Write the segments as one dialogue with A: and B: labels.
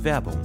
A: Werbung.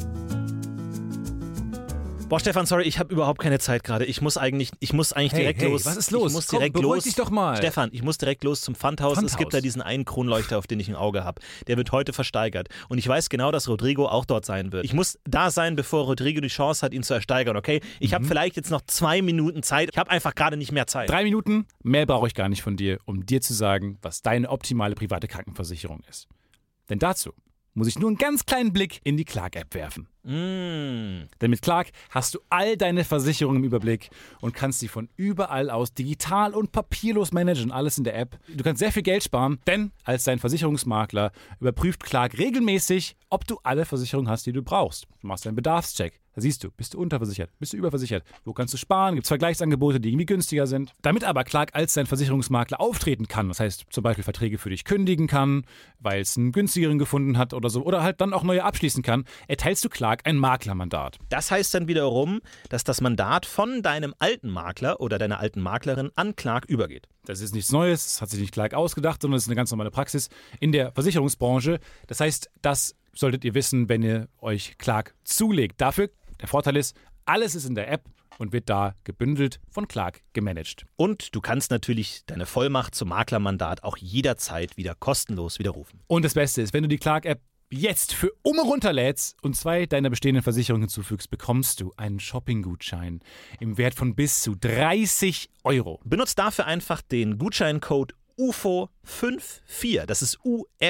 A: Boah, Stefan, sorry, ich habe überhaupt keine Zeit gerade. Ich muss eigentlich direkt los.
B: Was ist los?
A: Ich muss direkt los.
B: Dich doch mal.
A: Stefan, ich muss direkt los zum Pfandhaus. Es gibt da diesen einen Kronleuchter, auf den ich ein Auge habe. Der wird heute versteigert. Und ich weiß genau, dass Rodrigo auch dort sein wird. Ich muss da sein, bevor Rodrigo die Chance hat, ihn zu ersteigern, okay? Ich habe vielleicht jetzt noch 2 Minuten Zeit. Ich habe einfach gerade nicht mehr Zeit.
B: 3 Minuten? Mehr brauche ich gar nicht von dir, um dir zu sagen, was deine optimale private Krankenversicherung ist. Denn dazu muss ich nur einen ganz kleinen Blick in die Clark-App werfen. Denn mit Clark hast du all deine Versicherungen im Überblick und kannst sie von überall aus digital und papierlos managen, alles in der App. Du kannst sehr viel Geld sparen, denn als dein Versicherungsmakler überprüft Clark regelmäßig, ob du alle Versicherungen hast, die du brauchst. Du machst einen Bedarfscheck. Da siehst du, bist du unterversichert, bist du überversichert, wo kannst du sparen, gibt es Vergleichsangebote, die irgendwie günstiger sind. Damit aber Clark als dein Versicherungsmakler auftreten kann, das heißt zum Beispiel Verträge für dich kündigen kann, weil es einen günstigeren gefunden hat oder so, oder halt dann auch neue abschließen kann, erteilst du Clark ein Maklermandat.
A: Das heißt dann wiederum, dass das Mandat von deinem alten Makler oder deiner alten Maklerin an Clark übergeht.
B: Das ist nichts Neues, das hat sich nicht Clark ausgedacht, sondern das ist eine ganz normale Praxis in der Versicherungsbranche. Das heißt, das solltet ihr wissen, wenn ihr euch Clark zulegt. Dafür, der Vorteil ist, alles ist in der App und wird da gebündelt von Clark gemanagt.
A: Und du kannst natürlich deine Vollmacht zum Maklermandat auch jederzeit wieder kostenlos widerrufen.
B: Und das Beste ist, wenn du die Clark-App jetzt für runterlädst und 2 deiner bestehenden Versicherungen hinzufügst, bekommst du einen Shopping-Gutschein im Wert von bis zu 30 €.
A: Benutzt dafür einfach den Gutscheincode UFO54, das ist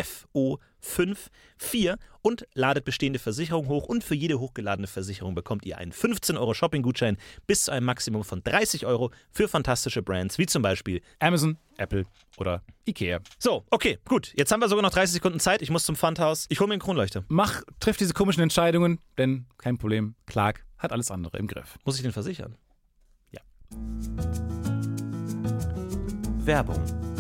A: UFO54 und ladet bestehende Versicherungen hoch und für jede hochgeladene Versicherung bekommt ihr einen 15 € Shopping-Gutschein bis zu einem Maximum von 30 € für fantastische Brands wie zum Beispiel
B: Amazon, Apple oder Ikea.
A: So, okay, gut. Jetzt haben wir sogar noch 30 Sekunden Zeit. Ich muss zum Pfandhaus. Ich hole mir einen Kronleuchter.
B: Triff diese komischen Entscheidungen, denn kein Problem, Clark hat alles andere im Griff.
A: Muss ich den versichern?
B: Ja.
A: Werbung.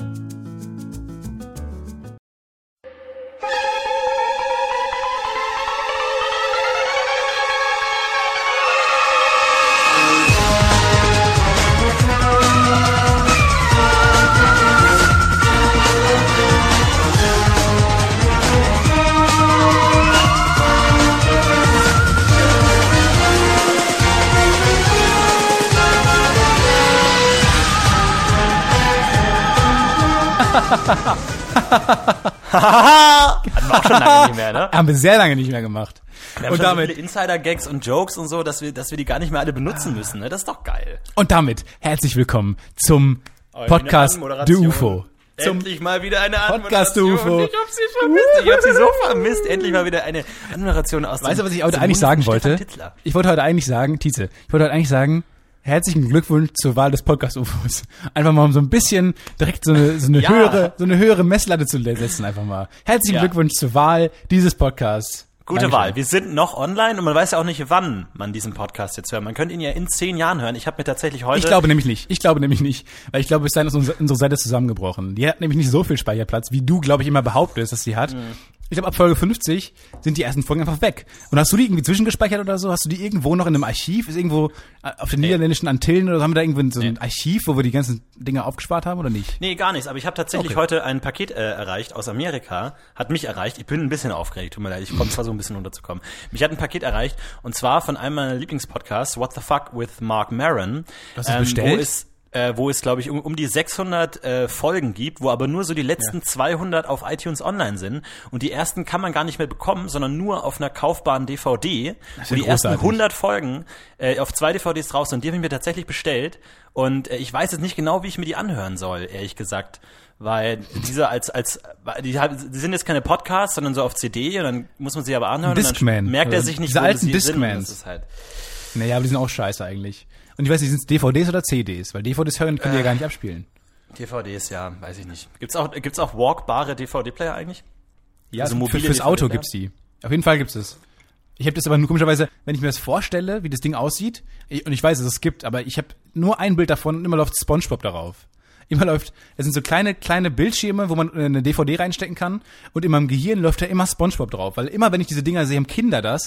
A: Hatten wir auch schon lange nicht mehr, ne?
B: Haben wir sehr lange nicht mehr gemacht.
A: Wir haben
B: und
A: schon
B: damit
A: so viele Insider-Gags und Jokes und so, dass wir die gar nicht mehr alle benutzen müssen, ne? Das ist doch geil.
B: Und damit herzlich willkommen zum Podcast Du UFO.
A: Endlich mal wieder eine
B: Podcast
A: Anmoderation.
B: UFO.
A: Ich hab sie vermisst. Ich hab sie so vermisst. Endlich mal wieder eine Anmoderation aus
B: Weißt du, was ich heute eigentlich sagen wollte? Ich wollte heute eigentlich sagen, herzlichen Glückwunsch zur Wahl des Podcast-UFOs. Einfach mal um so ein bisschen direkt so eine höhere Messlatte zu setzen, einfach mal. Herzlichen Glückwunsch zur Wahl dieses Podcasts.
A: Gute
B: Dankeschön.
A: Wahl. Wir sind noch online und man weiß ja auch nicht, wann man diesen Podcast jetzt hört. Man könnte ihn ja in 10 Jahren hören. Ich habe mir tatsächlich heute...
B: Ich glaube nämlich nicht. Weil ich glaube, bis dahin ist unsere Seite zusammengebrochen. Die hat nämlich nicht so viel Speicherplatz, wie du, glaube ich, immer behauptest, dass sie hat. Ich glaube, ab Folge 50 sind die ersten Folgen einfach weg. Und hast du die irgendwie zwischengespeichert oder so? Hast du die irgendwo noch in einem Archiv? Ist irgendwo auf den niederländischen Antillen oder so? Haben wir da irgendwie so ein Archiv, wo wir die ganzen Dinge aufgespart haben oder nicht?
A: Nee, gar nichts. Aber ich habe tatsächlich heute ein Paket erreicht aus Amerika. Hat mich erreicht. Ich bin ein bisschen aufgeregt. Tut mir leid. Ich komme zwar so ein bisschen runterzukommen. Mich hat ein Paket erreicht. Und zwar von einem meiner Lieblingspodcasts, What the Fuck with Mark Maron.
B: Hast du bestellt?
A: Wo es, glaube ich, um die 600 Folgen gibt, wo aber nur so die letzten 200 auf iTunes online sind. Und die ersten kann man gar nicht mehr bekommen, sondern nur auf einer kaufbaren DVD. Und die ersten 100 Folgen auf 2 DVDs draußen. Und die habe ich mir tatsächlich bestellt. Und ich weiß jetzt nicht genau, wie ich mir die anhören soll, ehrlich gesagt. Weil diese die sind jetzt keine Podcasts, sondern so auf CD. Und dann muss man sie aber anhören.
B: Discman.
A: Und dann merkt er sich nicht,
B: diese
A: wo
B: alten
A: sie
B: Discmans.
A: sind. Das ist halt
B: Naja, aber die sind auch scheiße eigentlich. Und ich weiß nicht, sind es DVDs oder CDs? Weil DVDs hören können die ja gar nicht abspielen.
A: DVDs, ja, weiß ich nicht. Gibt's auch walkbare DVD-Player eigentlich?
B: Ja,
A: also
B: fürs Auto gibt's die. Auf jeden Fall gibt's es. Ich habe das aber nur komischerweise, wenn ich mir das vorstelle, wie das Ding aussieht, und ich weiß, dass es gibt, aber ich habe nur ein Bild davon und immer läuft SpongeBob darauf. Das sind so kleine Bildschirme, wo man eine DVD reinstecken kann und in meinem Gehirn läuft da immer SpongeBob drauf. Weil immer, wenn ich diese Dinger sehe, haben Kinder das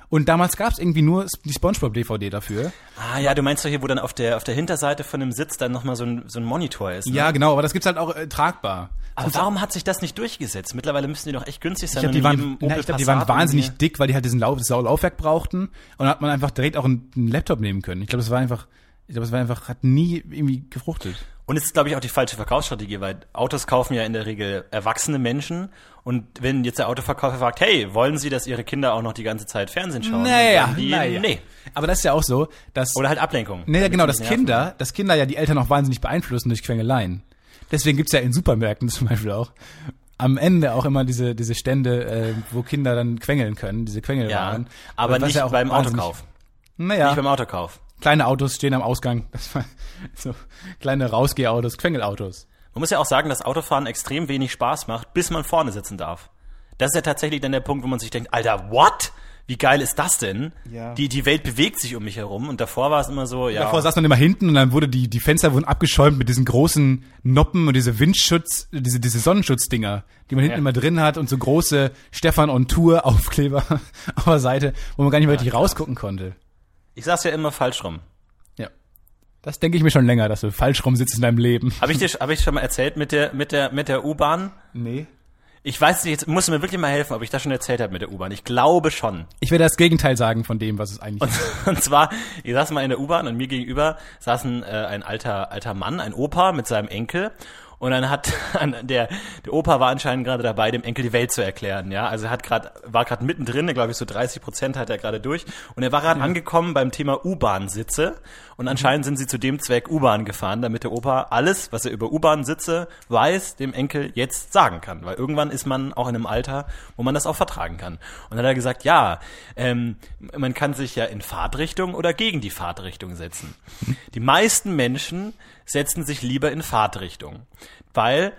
B: Und damals gab es irgendwie nur die SpongeBob-DVD dafür.
A: Ah ja, du meinst doch hier, wo dann auf der Hinterseite von dem Sitz dann nochmal so ein Monitor ist. Ne?
B: Ja, genau, aber das gibt's halt auch tragbar.
A: Aber warum hat sich das nicht durchgesetzt? Mittlerweile müssen die doch echt günstig sein.
B: Ich glaube, die waren wahnsinnig dick, weil die halt das Laufwerk brauchten. Und dann hat man einfach direkt auch einen Laptop nehmen können. Ich glaube, es war einfach, hat nie irgendwie gefruchtet.
A: Und es ist, glaube ich, auch die falsche Verkaufsstrategie, weil Autos kaufen ja in der Regel erwachsene Menschen. Und wenn jetzt der Autoverkäufer fragt, hey, wollen Sie, dass Ihre Kinder auch noch die ganze Zeit Fernsehen schauen?
B: Nee. Aber das ist ja auch so, dass...
A: Oder halt Ablenkung.
B: Nee, genau, dass Kinder ja die Eltern auch wahnsinnig beeinflussen durch Quengeleien. Deswegen gibt's ja in Supermärkten zum Beispiel auch am Ende auch immer diese Stände, wo Kinder dann quengeln können, diese Quengelwaren.
A: Ja, aber nicht ja beim Autokauf.
B: Naja.
A: Nicht beim Autokauf.
B: Kleine Autos stehen am Ausgang. Das war so kleine Rausgehautos, Quengelautos.
A: Man muss ja auch sagen, dass Autofahren extrem wenig Spaß macht, bis man vorne sitzen darf. Das ist ja tatsächlich dann der Punkt, wo man sich denkt, Alter, what? Wie geil ist das denn? Ja. Die Welt bewegt sich um mich herum und davor war es immer so, ja.
B: Davor saß man immer hinten und dann wurde die Fenster wurden abgeschäumt mit diesen großen Noppen und diese diese Sonnenschutzdinger, die man hinten immer drin hat und so große Stefan on Tour Aufkleber auf der Seite, wo man gar nicht mehr richtig rausgucken konnte.
A: Ich saß ja immer falsch rum.
B: Ja. Das denke ich mir schon länger, dass du falsch rum sitzt in deinem Leben.
A: Hab ich schon mal erzählt mit der U-Bahn?
B: Nee.
A: Ich weiß nicht, jetzt musst du mir wirklich mal helfen, ob ich das schon erzählt habe mit der U-Bahn. Ich glaube schon.
B: Ich werde das Gegenteil sagen von dem, was es eigentlich ist.
A: Und zwar, ich saß mal in der U-Bahn und mir gegenüber saß ein alter Mann, ein Opa mit seinem Enkel. Und dann hat der Opa war anscheinend gerade dabei, dem Enkel die Welt zu erklären, ja. Also er war gerade mittendrin, glaube ich, so 30% hat er gerade durch. Und er war gerade angekommen beim Thema U-Bahn-Sitze. Und anscheinend sind sie zu dem Zweck U-Bahn gefahren, damit der Opa alles, was er über U-Bahn-Sitze weiß, dem Enkel jetzt sagen kann. Weil irgendwann ist man auch in einem Alter, wo man das auch vertragen kann. Und dann hat er gesagt, ja, man kann sich ja in Fahrtrichtung oder gegen die Fahrtrichtung setzen. Die meisten Menschen setzen sich lieber in Fahrtrichtung, weil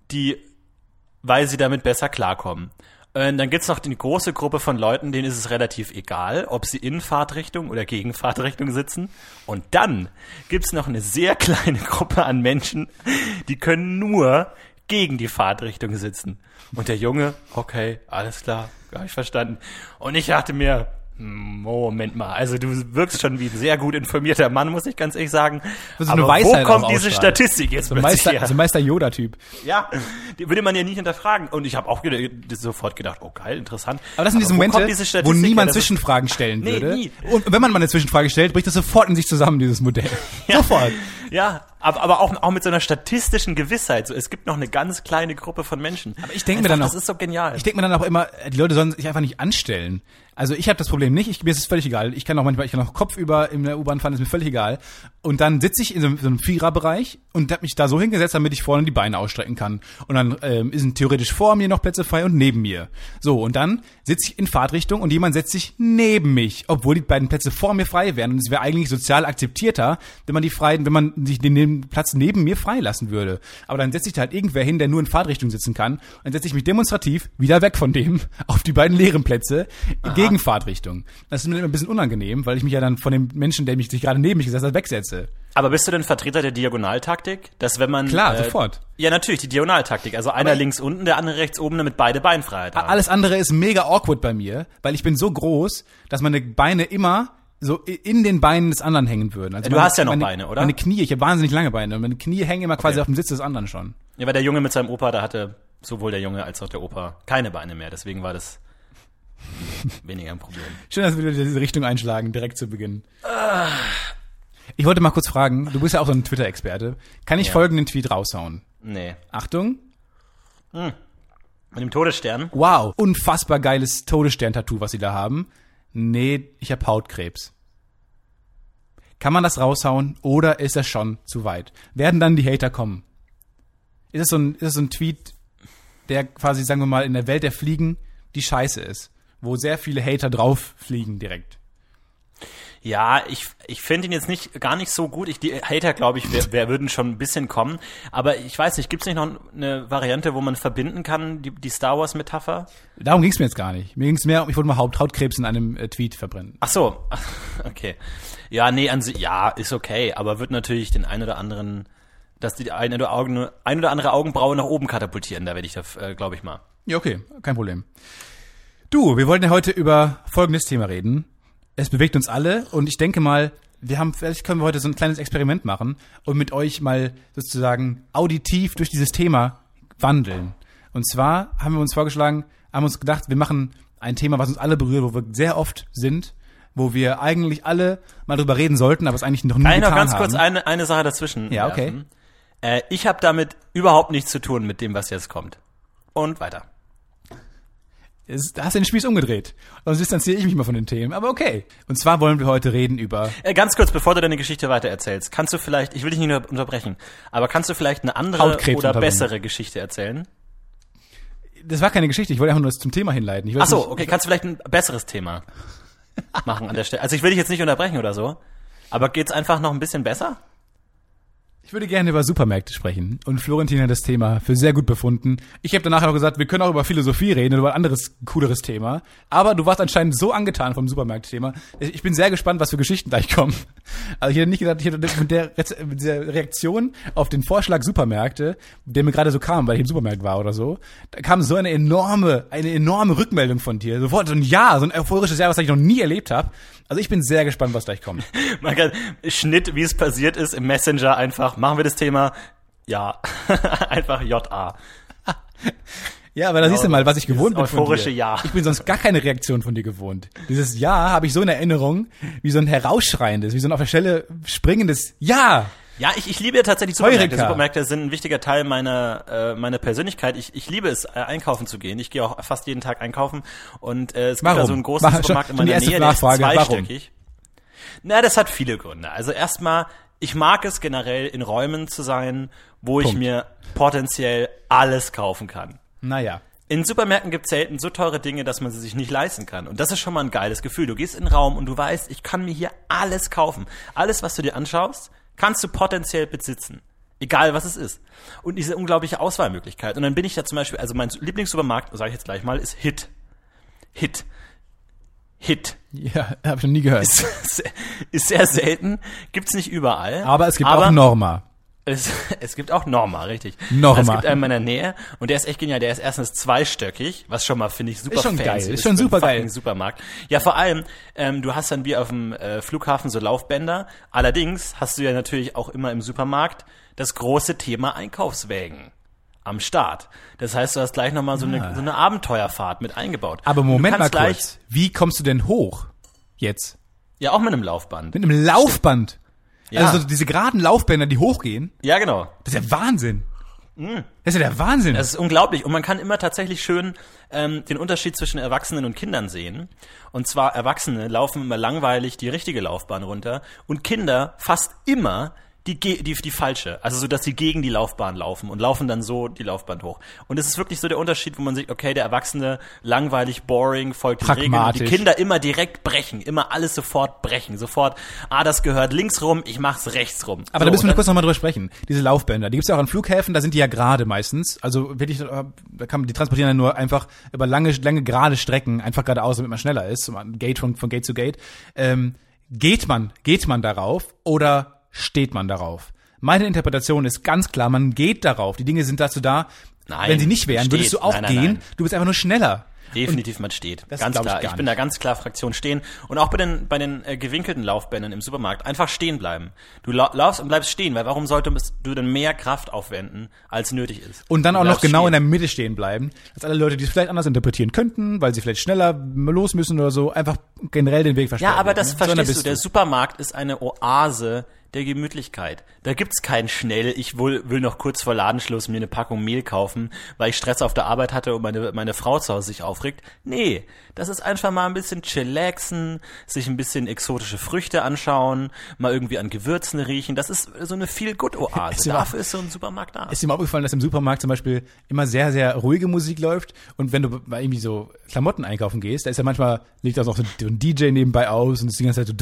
A: sie damit besser klarkommen. Dann gibt's noch die große Gruppe von Leuten, denen ist es relativ egal, ob sie in Fahrtrichtung oder gegen Fahrtrichtung sitzen. Und dann gibt's noch eine sehr kleine Gruppe an Menschen, die können nur gegen die Fahrtrichtung sitzen. Und der Junge, okay, alles klar, hab ich verstanden. Und ich dachte mir, Moment mal, also du wirkst schon wie ein sehr gut informierter Mann, muss ich ganz ehrlich sagen.
B: Also
A: aber wo kommt diese Statistik jetzt plötzlich her?
B: So ein Meister Yoda-Typ.
A: Ja, die würde man ja nicht hinterfragen. Und ich habe auch sofort gedacht, oh geil, interessant.
B: Aber das sind diese Momente, wo niemand Zwischenfragen stellen würde. Nie. Und wenn man mal eine Zwischenfrage stellt, bricht das sofort in sich zusammen, dieses Modell.
A: Ja.
B: Sofort.
A: Ja, aber auch mit so einer statistischen Gewissheit. So, es gibt noch eine ganz kleine Gruppe von Menschen.
B: Aber ich denke mir dann auch,
A: das ist so genial.
B: Ich denke mir dann auch immer, die Leute sollen sich einfach nicht anstellen. Also ich habe das Problem nicht, mir ist es völlig egal. Ich kann auch kopfüber in der U-Bahn fahren, ist mir völlig egal. Und dann sitze ich in so einem Viererbereich und habe mich da so hingesetzt, damit ich vorne die Beine ausstrecken kann. Und dann sind theoretisch vor mir noch Plätze frei und neben mir. So, und dann sitze ich in Fahrtrichtung und jemand setzt sich neben mich, obwohl die beiden Plätze vor mir frei wären. Und es wäre eigentlich sozial akzeptierter, wenn man sich den Platz neben mir freilassen würde. Aber dann setzt sich da halt irgendwer hin, der nur in Fahrtrichtung sitzen kann. Und dann setze ich mich demonstrativ wieder weg von dem auf die beiden leeren Plätze gegen Fahrtrichtung. Das ist mir immer ein bisschen unangenehm, weil ich mich ja dann von dem Menschen, der sich gerade neben mich gesetzt hat, wegsetze.
A: Aber bist du denn Vertreter der Diagonaltaktik? Dass wenn man...
B: Klar, sofort.
A: Ja, natürlich, die Diagonaltaktik. Also einer links unten, der andere rechts oben, damit beide Beinfreiheit haben.
B: Alles andere ist mega awkward bei mir, weil ich bin so groß, dass meine Beine immer so in den Beinen des anderen hängen würden. Also
A: du hast ja noch Beine, oder?
B: Meine Knie, ich habe wahnsinnig lange Beine. Und meine Knie hängen immer quasi auf dem Sitz des anderen schon.
A: Ja, weil der Junge mit seinem Opa, da hatte sowohl der Junge als auch der Opa keine Beine mehr. Deswegen war das weniger ein Problem.
B: Schön, dass wir diese Richtung einschlagen, direkt zu Beginn. Ich wollte mal kurz fragen, du bist ja auch so ein Twitter-Experte. Kann ich folgenden Tweet raushauen?
A: Nee.
B: Achtung.
A: Mit dem Todesstern?
B: Wow, unfassbar geiles Todesstern-Tattoo, was sie da haben. Nee, ich habe Hautkrebs. Kann man das raushauen oder ist das schon zu weit? Werden dann die Hater kommen? Ist es so ein Tweet, der quasi, sagen wir mal, in der Welt der Fliegen die Scheiße ist, wo sehr viele Hater drauf fliegen direkt?
A: Ja, ich finde ihn jetzt gar nicht so gut. Die Hater, glaube ich, würden schon ein bisschen kommen. Aber ich weiß nicht, gibt's nicht noch eine Variante, wo man verbinden kann, die Star Wars Metapher?
B: Darum ging's mir jetzt gar nicht. Mir ging's mehr ich wollte mal Hautkrebs in einem Tweet verbrennen.
A: Ach so, okay. Ja, nee, ja, ist okay. Aber wird natürlich den einen oder anderen, dass die eine oder andere Augenbraue nach oben katapultieren. Da werde ich glaube ich mal.
B: Ja, okay, kein Problem. Du, wir wollten ja heute über folgendes Thema reden. Es bewegt uns alle und ich denke mal, vielleicht können wir heute so ein kleines Experiment machen und mit euch mal sozusagen auditiv durch dieses Thema wandeln. Und zwar haben wir uns gedacht, wir machen ein Thema, was uns alle berührt, wo wir sehr oft sind, wo wir eigentlich alle mal drüber reden sollten, aber es eigentlich noch nie getan haben.
A: Noch ganz kurz eine Sache dazwischen.
B: Ja, okay.
A: Ich habe damit überhaupt nichts zu tun mit dem, was jetzt kommt. Und weiter.
B: Da hast du den Spieß umgedreht. Sonst distanziere ich mich mal von den Themen. Aber okay. Und zwar wollen wir heute reden über...
A: Ganz kurz, bevor du deine Geschichte weiter erzählst, kannst du vielleicht, ich will dich nicht nur unterbrechen, aber kannst du vielleicht eine andere oder bessere Geschichte erzählen?
B: Das war keine Geschichte, ich wollte einfach nur das zum Thema hinleiten.
A: Ach so, okay, kannst du vielleicht ein besseres Thema machen an der Stelle? Also ich will dich jetzt nicht unterbrechen oder so, aber geht's einfach noch ein bisschen besser?
B: Ich würde gerne über Supermärkte sprechen und Florentin hat das Thema für sehr gut befunden. Ich habe danach noch gesagt, wir können auch über Philosophie reden oder über ein anderes, cooleres Thema. Aber du warst anscheinend so angetan vom Supermarktthema. Ich bin sehr gespannt, was für Geschichten gleich kommen. Also ich hätte nicht gedacht, mit der Reaktion auf den Vorschlag Supermärkte, der mir gerade so kam, weil ich im Supermarkt war oder so, da kam so eine enorme Rückmeldung von dir. Sofort so ein euphorisches Jahr, was ich noch nie erlebt habe. Also ich bin sehr gespannt, was gleich kommt.
A: Man kann Schnitt, wie es passiert ist, im Messenger einfach, machen wir das Thema, ja, einfach JA.
B: Ja, aber da siehst du mal, was ich gewohnt bin von dir.
A: Euphorische Ja.
B: Ich bin sonst gar keine Reaktion von dir gewohnt. Dieses Ja habe ich so in Erinnerung, wie so ein herausschreiendes, wie so ein auf der Stelle springendes Ja.
A: Ja, ich liebe ja tatsächlich Supermärkte. Supermärkte sind ein wichtiger Teil meiner Persönlichkeit. Ich liebe es, einkaufen zu gehen. Ich gehe auch fast jeden Tag einkaufen. Und es gibt da so einen großen Supermarkt in meiner Nähe, der ist zweistöckig. Na, das hat viele Gründe. Also erstmal, ich mag es generell, in Räumen zu sein, wo ich mir potenziell alles kaufen kann.
B: Naja.
A: In Supermärkten gibt es selten so teure Dinge, dass man sie sich nicht leisten kann. Und das ist schon mal ein geiles Gefühl. Du gehst in den Raum und du weißt, ich kann mir hier alles kaufen. Alles, was du dir anschaust, kannst du potenziell besitzen. Egal, was es ist. Und diese unglaubliche Auswahlmöglichkeit. Und dann bin ich da zum Beispiel, also mein Lieblingssupermarkt, sage ich jetzt gleich mal, ist Hit.
B: Ja, habe ich noch nie gehört.
A: Ist sehr selten, gibt's nicht überall.
B: Aber es gibt auch Norma.
A: Es gibt auch Norma, richtig.
B: Norma.
A: Es gibt einen in meiner Nähe und der ist echt genial. Der ist erstens zweistöckig, was schon mal, finde ich, super fancy
B: geil. Ist schon super geil.
A: Supermarkt. Ja, vor allem, du hast dann wie auf dem Flughafen so Laufbänder. Allerdings hast du ja natürlich auch immer im Supermarkt das große Thema Einkaufswägen am Start. Das heißt, du hast gleich nochmal so eine Abenteuerfahrt mit eingebaut.
B: Aber Moment mal kurz. Wie kommst du denn hoch jetzt?
A: Ja, auch mit einem Laufband.
B: Mit einem Laufband?
A: Ja.
B: Also diese geraden Laufbänder, die hochgehen?
A: Ja, genau.
B: Das ist ja Wahnsinn. Das ist ja der Wahnsinn.
A: Das ist unglaublich. Und man kann immer tatsächlich schön den Unterschied zwischen Erwachsenen und Kindern sehen. Und zwar Erwachsene laufen immer langweilig die richtige Laufbahn runter und Kinder fast immer die falsche. Also so, dass sie gegen die Laufbahn laufen und laufen dann so die Laufbahn hoch. Und es ist wirklich so der Unterschied, wo man sieht, okay, der Erwachsene langweilig, boring, folgt den Regeln. Und die Kinder immer direkt brechen, immer alles sofort brechen. Sofort, das gehört links rum, ich mach's rechts rum.
B: Aber da müssen wir kurz nochmal drüber sprechen. Diese Laufbänder, die gibt's ja auch an Flughäfen, da sind die ja gerade meistens. Also wirklich, die transportieren ja nur einfach über lange gerade Strecken, einfach geradeaus, damit man schneller ist, von Gate zu Gate. Geht man darauf oder steht man darauf? Meine Interpretation ist ganz klar, man geht darauf. Die Dinge sind dazu da, wenn sie nicht wären, würdest du auch gehen. Nein. Du bist einfach nur schneller.
A: Definitiv, man steht. Ganz klar. Ich bin da ganz klar Fraktion stehen. Und auch bei den gewinkelten Laufbändern im Supermarkt einfach stehen bleiben. Du laufst und bleibst stehen, weil warum solltest du denn mehr Kraft aufwenden, als nötig ist?
B: Und dann auch noch genau in der Mitte stehen bleiben, dass alle Leute, die es vielleicht anders interpretieren könnten, weil sie vielleicht schneller los müssen oder so, einfach generell den Weg versperren.
A: Ja, aber das verstehst du. Der Supermarkt ist eine Oase der Gemütlichkeit. Da gibt's kein schnell, ich will noch kurz vor Ladenschluss mir eine Packung Mehl kaufen, weil ich Stress auf der Arbeit hatte und meine Frau zu Hause sich aufregt. Nee, das ist einfach mal ein bisschen chillaxen, sich ein bisschen exotische Früchte anschauen, mal irgendwie an Gewürzen riechen. Das ist so eine Feel-Good-Oase. Dafür ist so ein Supermarkt da.
B: Ist dir mal aufgefallen, dass im Supermarkt zum Beispiel immer sehr, sehr ruhige Musik läuft und wenn du mal irgendwie so Klamotten einkaufen gehst, da ist ja manchmal, liegt da auch so ein DJ nebenbei aus und ist die ganze Zeit so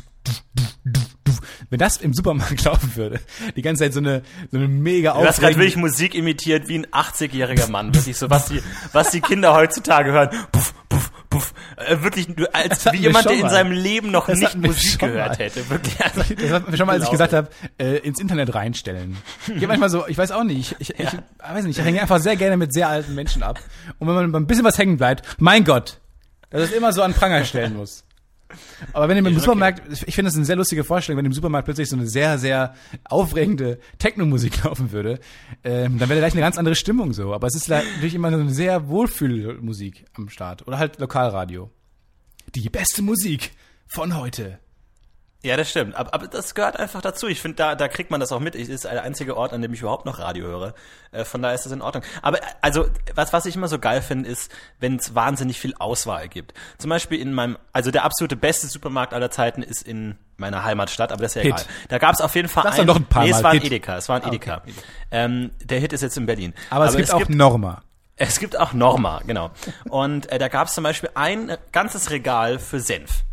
B: wenn das im Supermarkt laufen würde, die ganze Zeit so eine mega
A: Du hast gerade wirklich Musik imitiert wie ein 80-jähriger Mann, wirklich so, was die Kinder heutzutage hören. Puff, puff, puff. Wirklich, wie jemand, der in seinem Leben noch nicht Musik gehört hätte. Wirklich, also,
B: das hatten wir schon mal, als ich gesagt habe, ins Internet reinstellen. Ich gehe manchmal so, ich weiß auch nicht, ich weiß nicht, ich hänge einfach sehr gerne mit sehr alten Menschen ab. Und wenn man ein bisschen was hängen bleibt, mein Gott, dass es immer so an Pranger stellen muss. Aber wenn du im Supermarkt, ich finde das eine sehr lustige Vorstellung, wenn im Supermarkt plötzlich so eine sehr, sehr aufregende Techno-Musik laufen würde, dann wäre gleich eine ganz andere Stimmung so. Aber es ist natürlich immer so eine sehr Wohlfühlmusik am Start. Oder halt Lokalradio. Die beste Musik von heute.
A: Ja, das stimmt. Aber das gehört einfach dazu. Ich finde, da kriegt man das auch mit. Es ist der einzige Ort, an dem ich überhaupt noch Radio höre. Von daher ist das in Ordnung. Aber also, was ich immer so geil finde, ist, wenn es wahnsinnig viel Auswahl gibt. Zum Beispiel der absolute beste Supermarkt aller Zeiten ist in meiner Heimatstadt, aber das ist ja egal. Da gab es auf jeden Fall
B: noch ein paar Mal.
A: Es war ein Edeka. Okay. Der Hit ist jetzt in Berlin.
B: Aber es gibt auch Norma.
A: Es gibt auch Norma, genau. Und da gab es zum Beispiel ein ganzes Regal für Senf.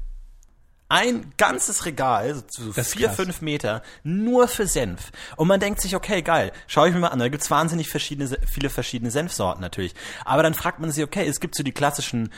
A: Ein ganzes Regal, so 4-5 Meter, nur für Senf. Und man denkt sich, okay, geil, schau ich mir mal an, da gibt's wahnsinnig viele verschiedene Senfsorten natürlich. Aber dann fragt man sich, okay, es gibt so die klassischen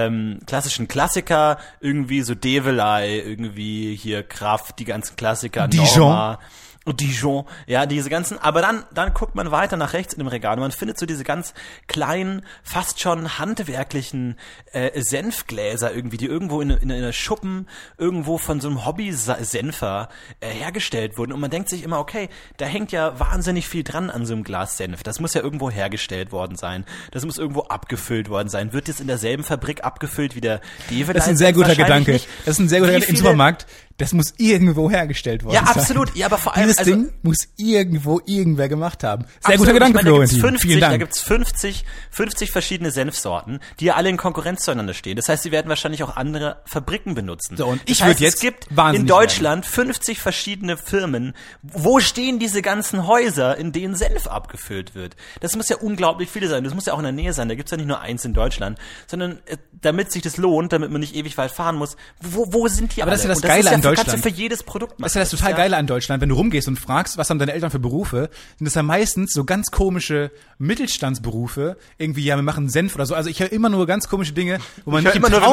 A: Klassiker, irgendwie so Develei, irgendwie hier Kraft, die ganzen Klassiker, Norma. Dijon, ja, diese ganzen, aber dann guckt man weiter nach rechts in dem Regal und man findet so diese ganz kleinen, fast schon handwerklichen Senfgläser irgendwie, die irgendwo in einer Schuppen irgendwo von so einem Hobby-Senfer hergestellt wurden und man denkt sich immer, okay, da hängt ja wahnsinnig viel dran an so einem Glas Senf, das muss ja irgendwo hergestellt worden sein, das muss irgendwo abgefüllt worden sein, wird jetzt in derselben Fabrik abgefüllt wie der Develei?
B: Das ist ein sehr guter Gedanke, im Supermarkt. Das muss irgendwo hergestellt worden sein.
A: Ja, absolut. Ja, aber vor allem,
B: dieses Ding muss irgendwo irgendwer gemacht haben. Sehr guter Gedanke, Florentin. Vielen Dank.
A: Da gibt's 50 verschiedene Senfsorten, die ja alle in Konkurrenz zueinander stehen. Das heißt, sie werden wahrscheinlich auch andere Fabriken benutzen.
B: So, und ich würde jetzt
A: es gibt in Deutschland 50 verschiedene Firmen. Wo stehen diese ganzen Häuser, in denen Senf abgefüllt wird? Das muss ja unglaublich viele sein. Das muss ja auch in der Nähe sein. Da gibt's ja nicht nur eins in Deutschland, sondern damit sich das lohnt, damit man nicht ewig weit fahren muss. Wo sind die
B: aber
A: alle?
B: Das ist ja das Geile an Deutschland.
A: Kannst du für jedes Produkt machen.
B: Das ist ja das total Geile an Deutschland, wenn du rumgehst und fragst, was haben deine Eltern für Berufe, sind das ja meistens so ganz komische Mittelstandsberufe, irgendwie, ja, wir machen Senf oder so. Also ich höre immer nur ganz komische Dinge, wo man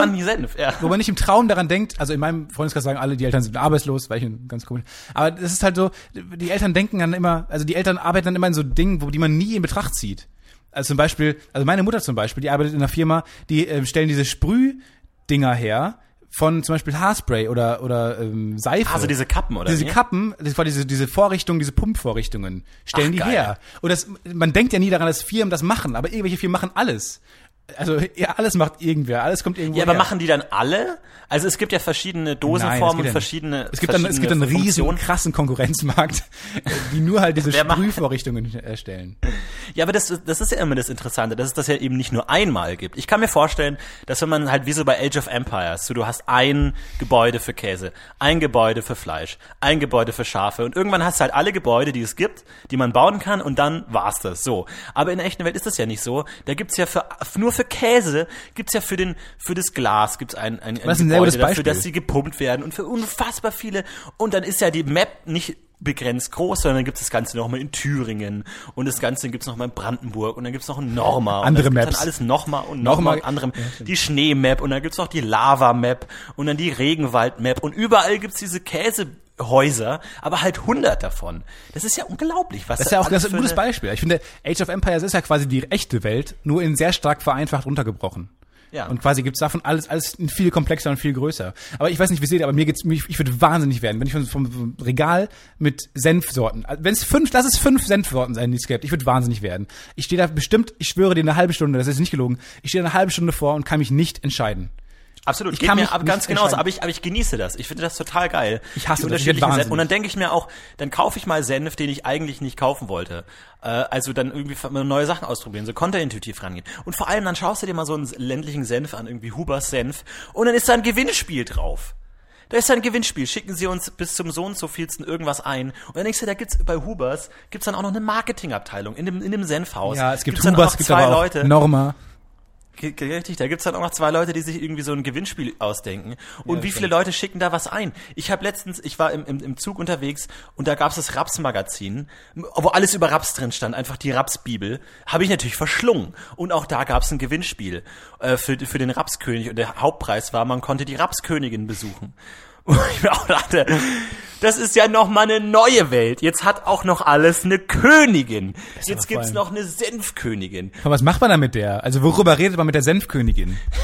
B: nicht im Traum daran denkt, also in meinem Freundeskreis sagen alle, die Eltern sind arbeitslos, weil ich ganz komisch. Aber das ist halt so, die Eltern denken dann immer, also die Eltern arbeiten dann immer in so Dingen, die man nie in Betracht zieht. Also zum Beispiel, also meine Mutter zum Beispiel, die arbeitet in einer Firma, die stellen diese Sprühdinger her, von zum Beispiel Haarspray oder Seife.
A: Also diese Kappen, oder?
B: Diese Kappen, diese Vorrichtungen, diese Pumpvorrichtungen, stellen die her. Und man denkt ja nie daran, dass Firmen das machen, aber irgendwelche Firmen machen alles. Also ja, alles macht irgendwer, alles kommt irgendwo her.
A: Ja, aber machen die dann alle? Also es gibt ja verschiedene Dosenformen und verschiedene
B: Es gibt einen riesen krassen Konkurrenzmarkt, die nur halt diese Sprühvorrichtungen erstellen.
A: Ja, aber das ist ja immer das Interessante, dass es das ja eben nicht nur einmal gibt. Ich kann mir vorstellen, dass wenn man halt wie so bei Age of Empires, so du hast ein Gebäude für Käse, ein Gebäude für Fleisch, ein Gebäude für Schafe und irgendwann hast du halt alle Gebäude, die es gibt, die man bauen kann und dann war's das. So. Aber in der echten Welt ist das ja nicht so. Da gibt's ja nur für Käse gibt's ja für das Glas gibt's ein Gebäude dafür, dass sie gepumpt werden und für unfassbar viele. Und dann ist ja die Map nicht begrenzt groß, sondern dann gibt's das Ganze nochmal in Thüringen und das Ganze gibt's nochmal in Brandenburg und dann gibt's noch ein Norma.
B: Andere
A: und
B: Maps.
A: Dann alles nochmal und nochmal andere. Ja, die Schnee-Map und dann gibt's noch die Lava-Map und dann die Regenwald-Map und überall gibt's diese Käsehäuser, aber halt 100 davon. Das ist ja unglaublich, was
B: das ist ja auch ein gutes Beispiel. Ich finde, Age of Empires ist ja quasi die echte Welt, nur in sehr stark vereinfacht runtergebrochen. Ja. Und quasi gibt's davon alles viel komplexer und viel größer. Aber ich weiß nicht, wie ihr seht, aber ich würde wahnsinnig werden, wenn ich vom Regal mit Senfsorten, lass es 5 Senfsorten sein, die es gibt, ich würde wahnsinnig werden. Ich stehe da bestimmt, ich schwöre dir eine halbe Stunde, das ist nicht gelogen, ich stehe eine halbe Stunde vor und kann mich nicht entscheiden.
A: Absolut, geht mir ganz genauso, aber ich genieße das. Ich finde das total geil.
B: Ich hasse das.
A: Und dann denke ich mir auch, dann kaufe ich mal Senf, den ich eigentlich nicht kaufen wollte. Also dann irgendwie neue Sachen ausprobieren, so kontraintuitiv rangehen. Und vor allem dann schaust du dir mal so einen ländlichen Senf an, irgendwie Hubers Senf, und dann ist da ein Gewinnspiel drauf. Da ist ein Gewinnspiel. Schicken Sie uns bis zum so und so vielsten irgendwas ein. Und dann denkst du, bei Hubers gibt's dann auch noch eine Marketingabteilung in dem Senfhaus.
B: Ja, es gibt Hubers, gibt aber auch Norma.
A: Richtig, da gibt's dann auch noch 2 Leute, die sich irgendwie so ein Gewinnspiel ausdenken. Und ja, wie viele Leute schicken da was ein? Ich war im Zug unterwegs und da gab's das Raps-Magazin, wo alles über Raps drin stand, einfach die Raps-Bibel. Habe ich natürlich verschlungen. Und auch da gab's ein Gewinnspiel für den Rapskönig. Und der Hauptpreis war, man konnte die Rapskönigin besuchen. Und ich mir auch dachte, das ist ja noch mal eine neue Welt. Jetzt hat auch noch alles eine Königin. Jetzt gibt's noch eine Senfkönigin.
B: Aber was macht man da mit der? Also worüber redet man mit der Senfkönigin?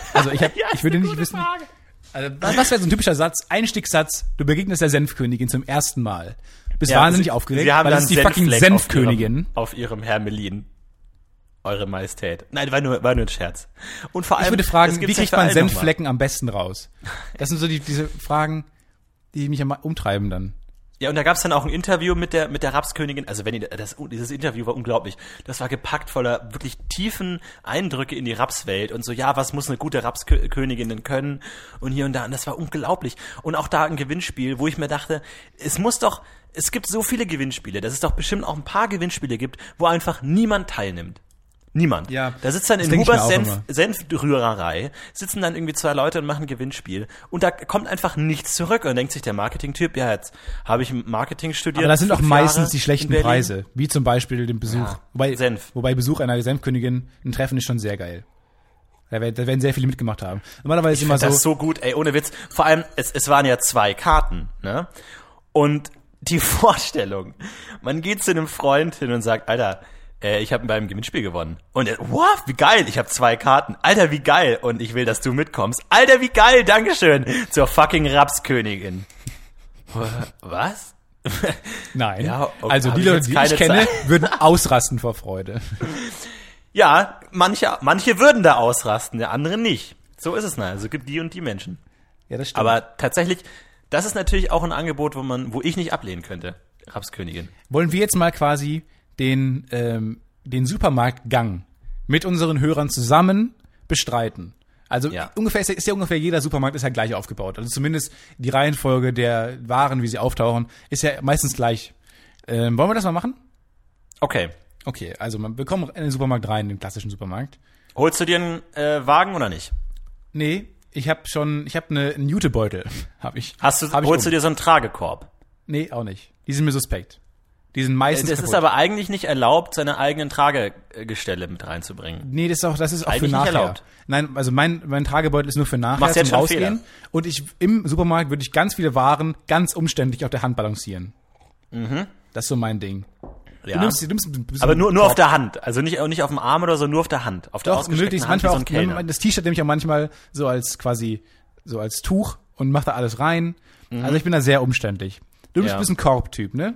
B: Also ich würde nicht wissen. Also, was wäre so ein typischer Satz, Einstiegssatz, du begegnest der Senfkönigin zum ersten Mal. Bist wahnsinnig aufgeregt,
A: Sie haben
B: weil das ist die fucking Senfkönigin.
A: Auf ihrem Hermelin. Eure Majestät. Nein, war nur ein Scherz. Und vor allem,
B: ich würde fragen, wie kriegt man Senfflecken am besten raus? Das sind so diese Fragen, die mich umtreiben dann.
A: Ja, und da gab's dann auch ein Interview mit der Rapskönigin. Also dieses Interview war unglaublich. Das war gepackt voller wirklich tiefen Eindrücke in die Rapswelt und so, ja, was muss eine gute Rapskönigin denn können? Und hier und da. Und das war unglaublich. Und auch da ein Gewinnspiel, wo ich mir dachte, es gibt so viele Gewinnspiele, dass es doch bestimmt auch ein paar Gewinnspiele gibt, wo einfach niemand teilnimmt. Niemand.
B: Ja,
A: da sitzt dann in Hubers Senfrührerei, sitzen dann irgendwie 2 Leute und machen ein Gewinnspiel. Und da kommt einfach nichts zurück. Und dann denkt sich der Marketing-Typ, ja, jetzt habe ich Marketing studiert.
B: Aber das sind auch meistens die schlechten Preise. Wie zum Beispiel den Besuch.
A: Ja,
B: wobei Besuch einer Senfkönigin, ein Treffen ist schon sehr geil. Da werden sehr viele mitgemacht haben. Normalerweise ist immer so.
A: Das ist so gut, ey, ohne Witz. Vor allem, es waren ja 2 Karten, ne? Und die Vorstellung, man geht zu einem Freund hin und sagt, Alter, ich habe beim Gewinnspiel gewonnen. Und er, wow, wie geil, ich habe 2 Karten. Alter, wie geil. Und ich will, dass du mitkommst. Alter, wie geil, Dankeschön. Zur fucking Rapskönigin. Was?
B: Nein.
A: Ja, okay,
B: also die Leute, die ich kenne, würden ausrasten vor Freude.
A: Ja, manche würden da ausrasten, der andere nicht. So ist es ne. Also gibt die und die Menschen.
B: Ja, das stimmt.
A: Aber tatsächlich, das ist natürlich auch ein Angebot, wo ich nicht ablehnen könnte. Rapskönigin.
B: Wollen wir jetzt mal quasi den Supermarktgang mit unseren Hörern zusammen bestreiten. Also ungefähr ist ja ungefähr jeder Supermarkt ist ja gleich aufgebaut. Also zumindest die Reihenfolge der Waren, wie sie auftauchen, ist ja meistens gleich. Wollen wir das mal machen?
A: Okay.
B: Okay, also wir kommen in den Supermarkt rein, den klassischen Supermarkt.
A: Holst du dir einen Wagen oder nicht?
B: Nee, ich habe einen Jutebeutel, habe ich.
A: Holst du dir so einen Tragekorb?
B: Nee, auch nicht. Die sind mir suspekt. Die sind meistens
A: kaputt. Ist aber eigentlich nicht erlaubt, seine eigenen Tragegestelle mit reinzubringen.
B: Nee, das ist auch
A: eigentlich
B: für nachher.
A: Nicht erlaubt.
B: Nein, also mein Tragebeutel ist nur für nachher
A: Machst
B: zum Rausgehen. Und im Supermarkt würde ich ganz viele Waren ganz umständlich auf der Hand balancieren.
A: Mhm.
B: Das ist so mein Ding.
A: Ja. Du nimmst aber nur auf der Hand, also nicht auf dem Arm oder so, nur auf der Hand, auf der ausgestreckten Hand,
B: manchmal wie so ein das T-Shirt nehme ich auch manchmal so als Tuch und mache da alles rein. Mhm. Also ich bin da sehr umständlich. Du bist ein Korbtyp, ne?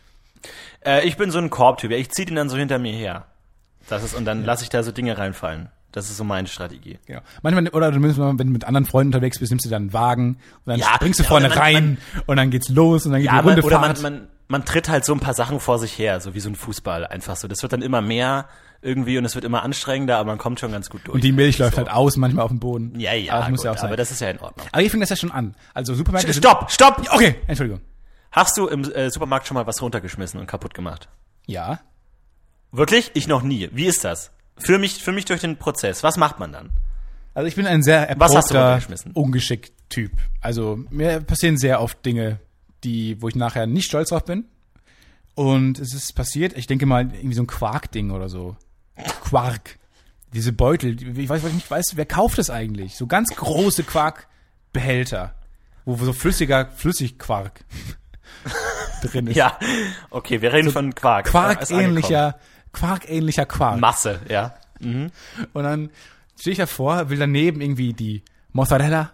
A: Ich bin so ein Korbtyp. Ich ziehe den dann so hinter mir her. Und dann lasse ich da so Dinge reinfallen. Das ist so meine Strategie.
B: Genau. Manchmal, oder du nimmst mal, wenn du mit anderen Freunden unterwegs bist, nimmst du dann einen Wagen und dann springst du vorne rein und dann geht's los und dann geht die Rundefahrt.
A: Oder man tritt halt so ein paar Sachen vor sich her, so wie so ein Fußball, einfach so. Das wird dann immer mehr irgendwie und es wird immer anstrengender, aber man kommt schon ganz gut durch.
B: Und die Milch läuft halt aus, manchmal auf dem Boden.
A: Ja, das muss ja auch sein. Aber das ist ja in Ordnung.
B: Aber ich finde das ja schon an. Also Supermärkte.
A: Stopp!
B: Okay, Entschuldigung.
A: Hast du im Supermarkt schon mal was runtergeschmissen und kaputt gemacht?
B: Ja.
A: Wirklich? Ich noch nie. Wie ist das? Für mich durch den Prozess. Was macht man dann?
B: Also ich bin ein sehr erprobter, ungeschickt Typ. Also mir passieren sehr oft Dinge, wo ich nachher nicht stolz drauf bin. Und es ist passiert, ich denke mal, irgendwie so ein Quark-Ding oder so. Quark. Diese Beutel, ich weiß, wer kauft das eigentlich? So ganz große Quarkbehälter, wo so Flüssigquark drin ist.
A: Ja, okay, wir reden so von Quark.
B: Quarkähnlicher Quark.
A: Masse, ja. Mhm.
B: Und dann stehe ich davor, will daneben irgendwie die Mozzarella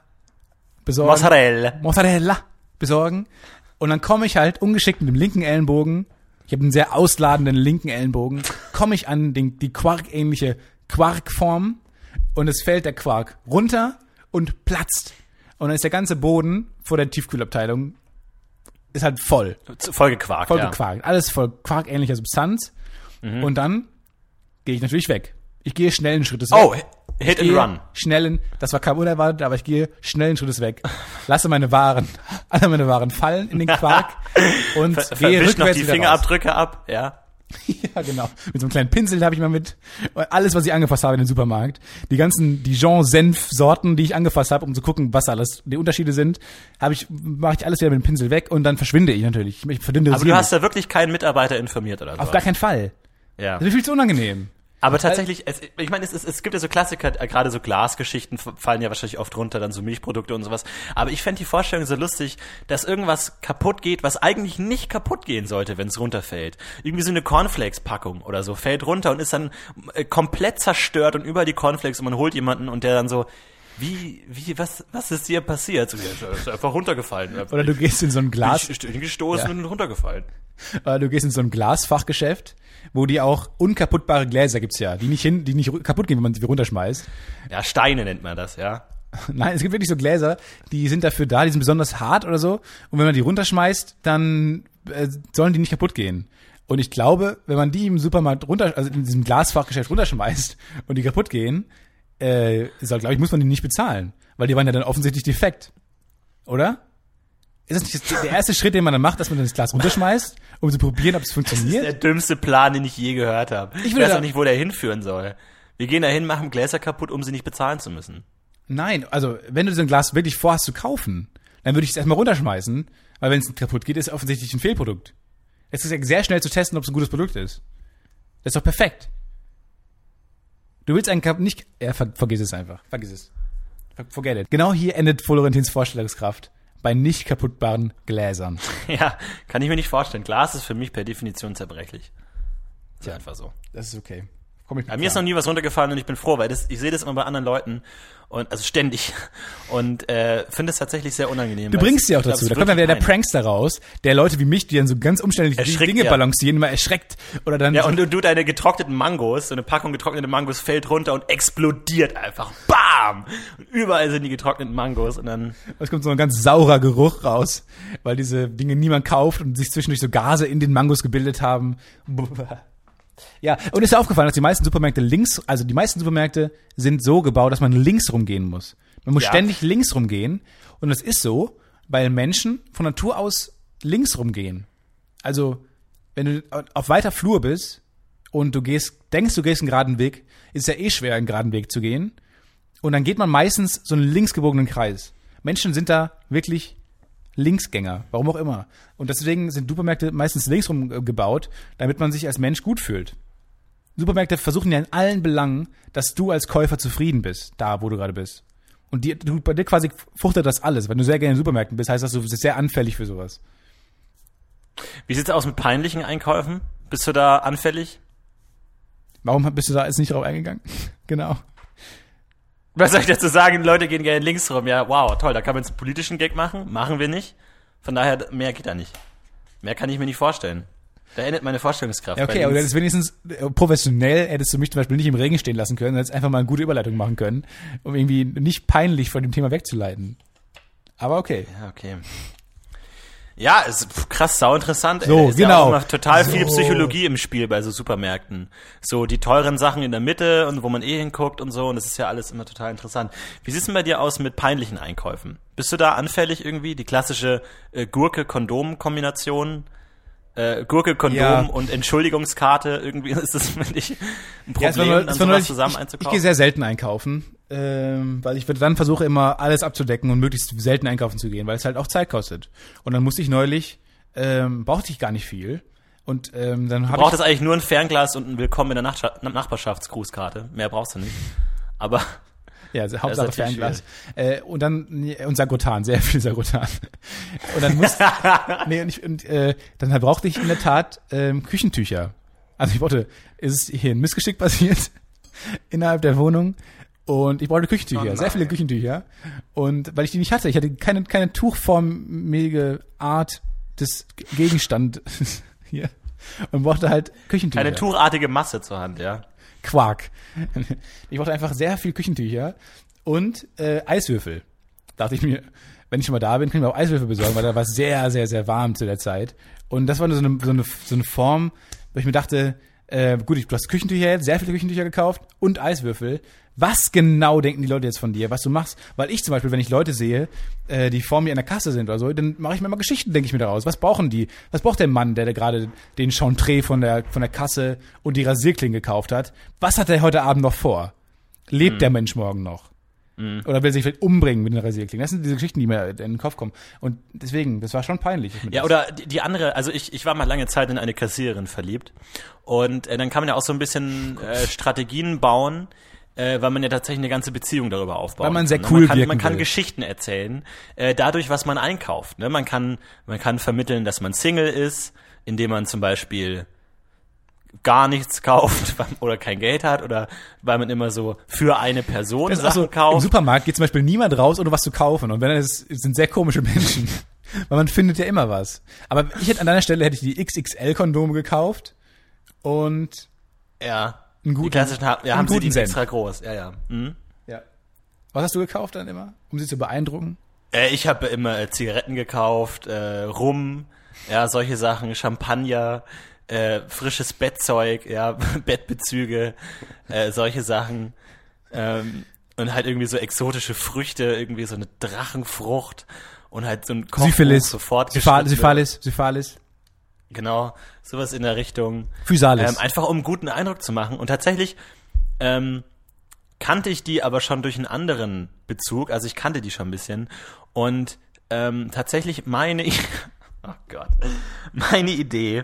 B: besorgen. Und dann komme ich halt ungeschickt mit dem linken Ellenbogen, ich habe einen sehr ausladenden linken Ellenbogen, komme ich an die quarkähnliche Quarkform und es fällt der Quark runter und platzt. Und dann ist der ganze Boden vor der Tiefkühlabteilung ist halt voll.
A: Voll gequarkt,
B: ja. Alles voll quarkähnlicher Substanz. Mhm. Und dann gehe ich natürlich weg. Ich gehe schnellen Schrittes weg.
A: Oh, Hit and Run.
B: Das war kaum unerwartet, aber ich gehe schnellen Schrittes weg. Lasse alle meine Waren fallen in den Quark und gehe rückwärts
A: noch die Fingerabdrücke ab, ja.
B: Ja, genau. Mit so einem kleinen Pinsel habe ich mal mit. Alles, was ich angefasst habe in den Supermarkt. Die ganzen Dijon-Senf-Sorten, die ich angefasst habe, um zu gucken, was alles die Unterschiede sind, mache ich alles wieder mit dem Pinsel weg und dann verschwinde ich natürlich.
A: Aber du hast da wirklich keinen Mitarbeiter informiert oder so?
B: Auf gar keinen Fall.
A: Ja.
B: Das ist viel zu unangenehm.
A: Aber tatsächlich, ich meine, es gibt ja so Klassiker, gerade so Glasgeschichten fallen ja wahrscheinlich oft runter, dann so Milchprodukte und sowas. Aber ich fände die Vorstellung so lustig, dass irgendwas kaputt geht, was eigentlich nicht kaputt gehen sollte, wenn es runterfällt. Irgendwie so eine Cornflakes-Packung oder so fällt runter und ist dann komplett zerstört und über die Cornflakes und man holt jemanden und der dann so, was ist dir passiert? So, ja, ist einfach runtergefallen.
B: Oder du gehst in so ein Glas...
A: Ich bin gestoßen und runtergefallen.
B: Oder du gehst in so ein Glasfachgeschäft, wo die auch unkaputtbare Gläser gibt's ja, die nicht kaputt gehen, wenn man sie runterschmeißt.
A: Ja, Steine nennt man das, ja.
B: Nein, es gibt wirklich so Gläser, die sind dafür da, die sind besonders hart oder so. Und wenn man die runterschmeißt, dann sollen die nicht kaputt gehen. Und ich glaube, wenn man die im Supermarkt also in diesem Glasfachgeschäft runterschmeißt und die kaputt gehen, glaube ich, muss man die nicht bezahlen. Weil die waren ja dann offensichtlich defekt. Oder? Ist das nicht der erste Schritt, den man dann macht, dass man das Glas runterschmeißt, um zu probieren, ob es funktioniert?
A: Das ist der dümmste Plan, den ich je gehört habe. Ich weiß auch nicht, wo der hinführen soll. Wir gehen dahin, machen Gläser kaputt, um sie nicht bezahlen zu müssen.
B: Nein, also wenn du so ein Glas wirklich vorhast zu kaufen, dann würde ich es erstmal runterschmeißen, weil wenn es kaputt geht, ist es offensichtlich ein Fehlprodukt. Es ist ja sehr schnell zu testen, ob es ein gutes Produkt ist. Das ist doch perfekt. Du willst einen nicht... Ja, vergiss es einfach. Vergiss es. Forget it. Genau hier endet Florentins Vorstellungskraft. Bei nicht kaputtbaren Gläsern.
A: Ja, kann ich mir nicht vorstellen. Glas ist für mich per Definition zerbrechlich. Ist ja einfach so.
B: Das ist okay.
A: Bei mir ist noch nie was runtergefallen und ich bin froh, weil ich sehe das immer bei anderen Leuten und also ständig und finde es tatsächlich sehr unangenehm.
B: Du bringst sie auch dazu. Da kommt dann wieder der Prankster raus, der Leute wie mich, die dann so ganz umständlich Dinge balancieren, immer erschreckt oder dann.
A: Ja, so und du deine getrockneten Mangos, so eine Packung getrocknete Mangos fällt runter und explodiert einfach. Bam! Und überall sind die getrockneten Mangos und dann.
B: Es kommt so ein ganz saurer Geruch raus, weil diese Dinge niemand kauft und sich zwischendurch so Gase in den Mangos gebildet haben. Ja, und ist ja aufgefallen, dass die meisten Supermärkte sind so gebaut, dass man links rumgehen muss. Man muss ständig links rumgehen. Und das ist so, weil Menschen von Natur aus links rumgehen. Also, wenn du auf weiter Flur bist und du denkst, du gehst einen geraden Weg, ist es ja schwer, einen geraden Weg zu gehen. Und dann geht man meistens so einen linksgebogenen Kreis. Menschen sind da wirklich Linksgänger, warum auch immer. Und deswegen sind Supermärkte meistens linksrum gebaut, damit man sich als Mensch gut fühlt. Supermärkte versuchen ja in allen Belangen, dass du als Käufer zufrieden bist, da wo du gerade bist. Und bei dir quasi fruchtet das alles. Wenn du sehr gerne in Supermärkten bist, heißt das, du bist sehr anfällig für sowas.
A: Wie sieht's aus mit peinlichen Einkäufen? Bist du da anfällig?
B: Warum bist du da jetzt nicht drauf eingegangen? Genau.
A: Was soll ich dazu sagen? Leute gehen gerne links rum. Ja, wow, toll, da kann man jetzt einen politischen Gag machen. Machen wir nicht. Von daher, mehr geht da nicht. Mehr kann ich mir nicht vorstellen. Da endet meine Vorstellungskraft.
B: Ja, okay, aber das ist wenigstens professionell, hättest du mich zum Beispiel nicht im Regen stehen lassen können, hättest einfach mal eine gute Überleitung machen können, um irgendwie nicht peinlich von dem Thema wegzuleiten. Aber okay.
A: Ja, okay. Ja, ist krass, sau interessant.
B: So,
A: ist
B: genau.
A: Ja auch immer total viel Psychologie im Spiel bei so Supermärkten. So die teuren Sachen in der Mitte und wo man hinguckt und so. Und das ist ja alles immer total interessant. Wie sieht's denn bei dir aus mit peinlichen Einkäufen? Bist du da anfällig irgendwie? Die klassische Gurke-Kondom-Kombination? Gurke, Kondom und Entschuldigungskarte, irgendwie ist das für dich ein Problem, dann sowas zusammen einzukaufen?
B: Ich gehe sehr selten einkaufen, weil ich dann versuche immer alles abzudecken und möglichst selten einkaufen zu gehen, weil es halt auch Zeit kostet. Und dann musste ich neulich, brauchte ich gar nicht viel. Und dann habe ich...
A: Braucht es eigentlich nur ein Fernglas und ein Willkommen in der Nachbarschaftsgrußkarte. Mehr brauchst du nicht. Aber...
B: Ja, also Hauptsache Fernglas. Und dann, und Sagrotan, sehr viel Sagrotan. Und dann dann brauchte ich in der Tat Küchentücher. Also ist hier ein Missgeschick passiert innerhalb der Wohnung. Und ich brauchte Küchentücher, sehr viele Küchentücher. Und weil ich die nicht hatte, ich hatte keine tuchformige Art des Gegenstandes hier. Und brauchte halt Küchentücher.
A: Eine tuchartige Masse zur Hand, ja.
B: Quark. Ich brauchte einfach sehr viel Küchentücher und Eiswürfel. Dachte ich mir, wenn ich schon mal da bin, kann ich mir auch Eiswürfel besorgen, weil da war es sehr, sehr, sehr warm zu der Zeit. Und das war nur so eine Form, wo ich mir dachte, gut, du hast Küchentücher jetzt, sehr viele Küchentücher gekauft und Eiswürfel. Was genau denken die Leute jetzt von dir, was du machst? Weil ich zum Beispiel, wenn ich Leute sehe, die vor mir in der Kasse sind oder so, dann mache ich mir mal Geschichten, denke ich mir daraus. Was brauchen die? Was braucht der Mann, der gerade den Chantre von der Kasse und die Rasierklinge gekauft hat? Was hat er heute Abend noch vor? Lebt der Mensch morgen noch? Oder will sich vielleicht umbringen mit den Rasierklingen? Das sind diese Geschichten, die mir in den Kopf kommen. Und deswegen, das war schon peinlich.
A: Ja, oder die andere, also ich war mal lange Zeit in eine Kassiererin verliebt. Und dann kann man ja auch so ein bisschen Strategien bauen, weil man ja tatsächlich eine ganze Beziehung darüber aufbaut.
B: Weil man sehr cool wirken will.
A: Man kann Geschichten erzählen, dadurch, was man einkauft. Ne? Man kann vermitteln, dass man Single ist, indem man zum Beispiel gar nichts kauft oder kein Geld hat oder weil man immer so für eine Person Sachen kauft.
B: Im Supermarkt geht zum Beispiel niemand raus, ohne was zu kaufen. Und wenn es sind sehr komische Menschen. Weil man findet ja immer was. Aber an deiner Stelle hätte ich die XXL-Kondome gekauft und einen guten,
A: die klassischen haben sie die extra groß. Ja.
B: Was hast du gekauft dann immer, um sie zu beeindrucken?
A: Ich habe immer Zigaretten gekauft, Rum, solche Sachen, Champagner, frisches Bettzeug, Bettbezüge, solche Sachen. Und halt irgendwie so exotische Früchte, irgendwie so eine Drachenfrucht und halt so ein Kochbuch sofort
B: Syphilis.
A: Genau, sowas in der Richtung.
B: Physalis.
A: Einfach um einen guten Eindruck zu machen. Und tatsächlich kannte ich die aber schon durch einen anderen Bezug. Also ich kannte die schon ein bisschen. Und tatsächlich meine Idee,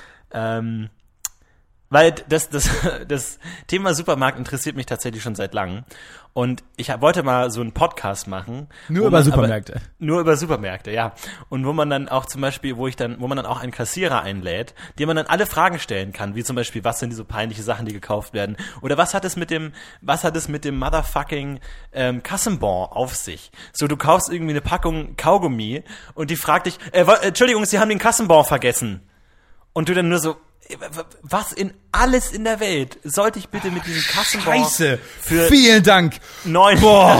A: weil das Thema Supermarkt interessiert mich tatsächlich schon seit langem. Und ich wollte mal so einen Podcast machen.
B: Nur über Supermärkte.
A: Nur über Supermärkte, ja. Und wo man dann auch zum Beispiel, wo man dann auch einen Kassierer einlädt, dem man dann alle Fragen stellen kann, wie zum Beispiel, was sind die so peinliche Sachen, die gekauft werden? Oder was hat es mit dem motherfucking Kassenbon auf sich? So, du kaufst irgendwie eine Packung Kaugummi und die fragt dich, Entschuldigung, Sie haben den Kassenbon vergessen. Und du dann nur so, was in alles in der Welt sollte ich bitte mit diesem Kassenbon
B: für
A: vielen
B: Dank
A: 9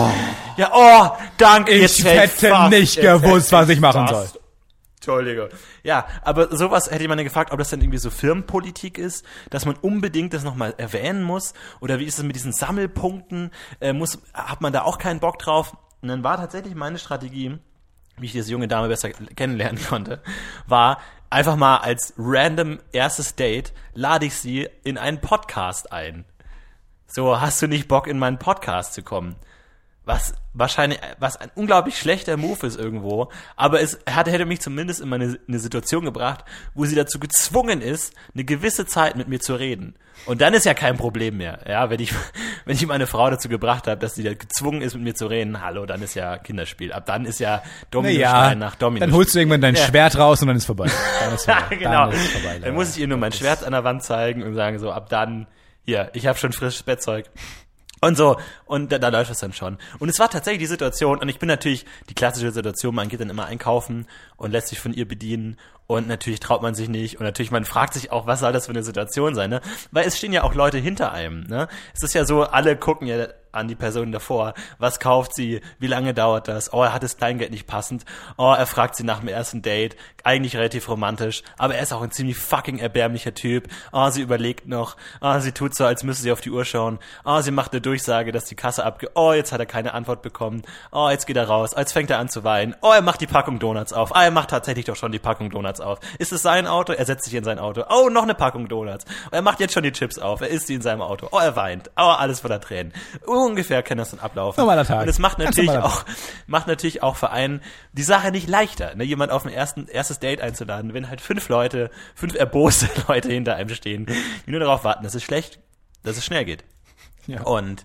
A: danke,
B: ich hätte nicht gewusst, was ich machen soll.
A: Entschuldige. Ja, aber sowas hätte ich mal gefragt, ob das dann irgendwie so Firmenpolitik ist, dass man unbedingt das nochmal erwähnen muss, oder wie ist es mit diesen Sammelpunkten, hat man da auch keinen Bock drauf? Und dann war tatsächlich meine Strategie, wie ich diese junge Dame besser kennenlernen konnte, war einfach mal als random erstes Date lade ich sie in einen Podcast ein. So, hast du nicht Bock, in meinen Podcast zu kommen? Was ein unglaublich schlechter Move ist irgendwo, aber es hätte mich zumindest in eine Situation gebracht, wo sie dazu gezwungen ist, eine gewisse Zeit mit mir zu reden. Und dann ist ja kein Problem mehr, ja, wenn ich meine Frau dazu gebracht habe, dass sie da gezwungen ist, mit mir zu reden, hallo, dann ist ja Kinderspiel. Ab dann ist ja Dominostein nach Domino.
B: Dann holst du irgendwann dein Schwert raus und dann ist vorbei.
A: Genau. Dann muss ich ihr nur mein Schwert an der Wand zeigen und sagen so, ab dann, hier, ich habe schon frisches Bettzeug. Und so, und da läuft es dann schon. Und es war tatsächlich die Situation, und ich bin natürlich die klassische Situation, man geht dann immer einkaufen und lässt sich von ihr bedienen und natürlich traut man sich nicht und natürlich man fragt sich auch, was soll das für eine Situation sein, ne? Weil es stehen ja auch Leute hinter einem, ne? Es ist ja so, alle gucken ja an die Person davor, was kauft sie, wie lange dauert das, er hat das Kleingeld nicht passend, er fragt sie nach dem ersten Date, eigentlich relativ romantisch, aber er ist auch ein ziemlich fucking erbärmlicher Typ, sie überlegt noch, sie tut so, als müsste sie auf die Uhr schauen, sie macht eine Durchsage, dass die Kasse jetzt hat er keine Antwort bekommen, jetzt geht er raus, jetzt fängt er an zu weinen, er macht die Packung Donuts auf, er macht tatsächlich doch schon die Packung Donuts auf, ist es sein Auto, er setzt sich in sein Auto, noch eine Packung Donuts, er macht jetzt schon die Chips auf, er isst sie in seinem Auto, er weint, alles voller Tränen, ungefähr kann das dann ablaufen.
B: Normaler Tag.
A: Und es macht natürlich auch für einen die Sache nicht leichter, ne, jemand auf ein erstes Date einzuladen, wenn halt 5 erboste Leute hinter einem stehen, die nur darauf warten, dass es schnell geht.
B: Ja.
A: Und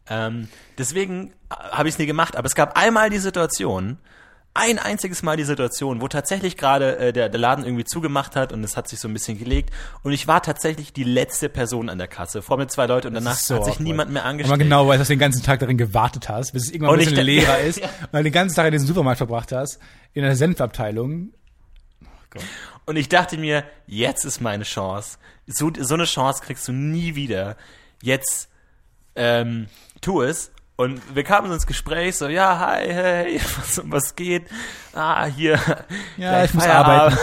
A: deswegen habe ich es nie gemacht, aber es gab ein einziges Mal die Situation, wo tatsächlich gerade der Laden irgendwie zugemacht hat und es hat sich so ein bisschen gelegt und ich war tatsächlich die letzte Person an der Kasse, vor mir 2 Leute und danach hat sich niemand mehr angestellt.
B: Und man genau weiß, dass du den ganzen Tag darin gewartet hast, bis es irgendwann ein bisschen leerer ist, weil du den ganzen Tag in diesem Supermarkt verbracht hast, in einer Senfabteilung. Oh Gott.
A: Und ich dachte mir, jetzt ist meine Chance. So eine Chance kriegst du nie wieder. Jetzt tu es. Und wir kamen ins Gespräch, so, ja, hi, hey, was geht? Hier.
B: Ja, ich muss arbeiten.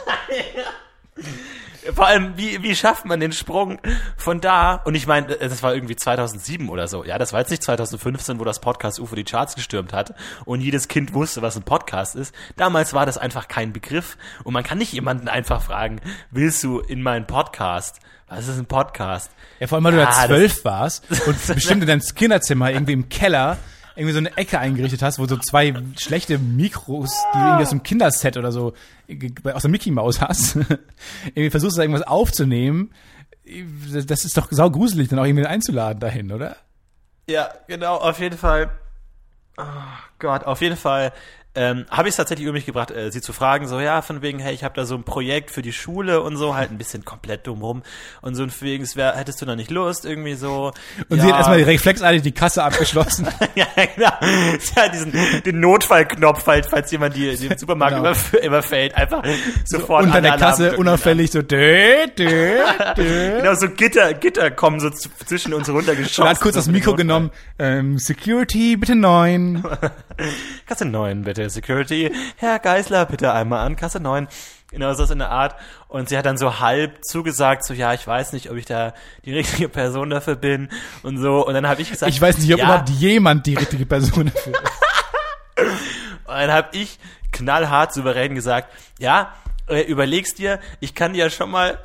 A: Vor allem, wie schafft man den Sprung von da? Und ich meine, das war irgendwie 2007 oder so. Ja, das war jetzt nicht 2015, wo das Podcast UFO die Charts gestürmt hat und jedes Kind wusste, was ein Podcast ist. Damals war das einfach kein Begriff. Und man kann nicht jemanden einfach fragen, willst du in meinen Podcast? Was ist ein Podcast?
B: Ja, vor allem, weil du da 12 warst und bestimmt in deinem Kinderzimmer irgendwie im Keller irgendwie so eine Ecke eingerichtet hast, wo so 2 schlechte Mikros, die du irgendwie aus einem Kinderset oder so aus der Mickey Maus hast, irgendwie versuchst du da irgendwas aufzunehmen. Das ist doch saugruselig, dann auch jemanden einzuladen dahin, oder?
A: Ja, genau, auf jeden Fall. Oh Gott, auf jeden Fall habe ich es tatsächlich über mich gebracht, sie zu fragen, so, ja, von wegen, hey, ich habe da so ein Projekt für die Schule und so, halt ein bisschen komplett dumm rum und so, von wegen, hättest du da nicht Lust, irgendwie so.
B: Und ja. Sie hat erstmal reflexartig die Kasse abgeschlossen.
A: Ja, genau. Sie hat den Notfallknopf, falls jemand den Supermarkt überfällt, einfach sofort
B: unter der Kasse unauffällig so,
A: Genau, so Gitter kommen so zwischen uns runtergeschossen.
B: Er hat kurz das Mikro genommen, Security, bitte 9.
A: Kasse 9, bitte, Security. Herr Geisler, bitte einmal an Kasse 9. Genau, so ist in der Art. Und sie hat dann so halb zugesagt, so, ja, ich weiß nicht, ob ich da die richtige Person dafür bin und so. Und dann habe ich gesagt,
B: ich weiß nicht, ob überhaupt jemand die richtige Person dafür ist.
A: Und dann habe ich knallhart souverän gesagt, ja, überlegst dir, ich kann dir ja schon mal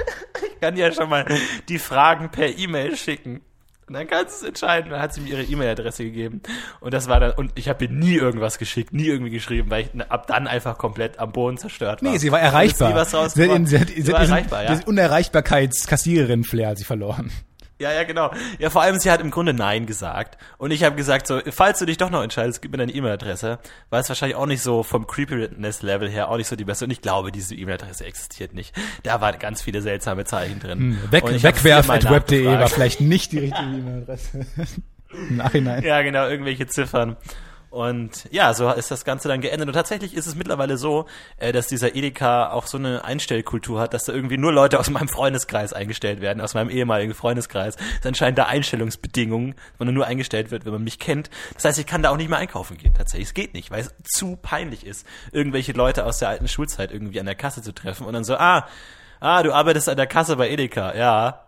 A: die Fragen per E-Mail schicken. Und dann kannst du es entscheiden. Dann hat sie mir ihre E-Mail-Adresse gegeben. Und das war dann, und ich habe ihr nie irgendwas geschickt, nie irgendwie geschrieben, weil ich ab dann einfach komplett am Boden zerstört war.
B: Nee, sie war erreichbar.
A: Sie war erreichbar, ja.
B: Die Unerreichbarkeits-Kassiererin-Flair hat sie verloren.
A: Ja, genau. Ja, vor allem, sie hat im Grunde Nein gesagt. Und ich habe gesagt, so, falls du dich doch noch entscheidest, gib mir deine E-Mail-Adresse. War es wahrscheinlich auch nicht so vom Creepiness-Level her auch nicht so die beste. Und ich glaube, diese E-Mail-Adresse existiert nicht. Da waren ganz viele seltsame Zeichen drin.
B: Wegwerf@web.de war vielleicht nicht die richtige E-Mail-Adresse. Im Nachhinein.
A: Ja, genau, irgendwelche Ziffern. Und ja, so ist das Ganze dann geendet. Und tatsächlich ist es mittlerweile so, dass dieser Edeka auch so eine Einstellkultur hat, dass da irgendwie nur Leute aus meinem Freundeskreis eingestellt werden, aus meinem ehemaligen Freundeskreis. Das ist anscheinend da Einstellungsbedingungen, wo man nur eingestellt wird, wenn man mich kennt. Das heißt, ich kann da auch nicht mehr einkaufen gehen, tatsächlich. Es geht nicht, weil es zu peinlich ist, irgendwelche Leute aus der alten Schulzeit irgendwie an der Kasse zu treffen und dann so, du arbeitest an der Kasse bei Edeka, ja.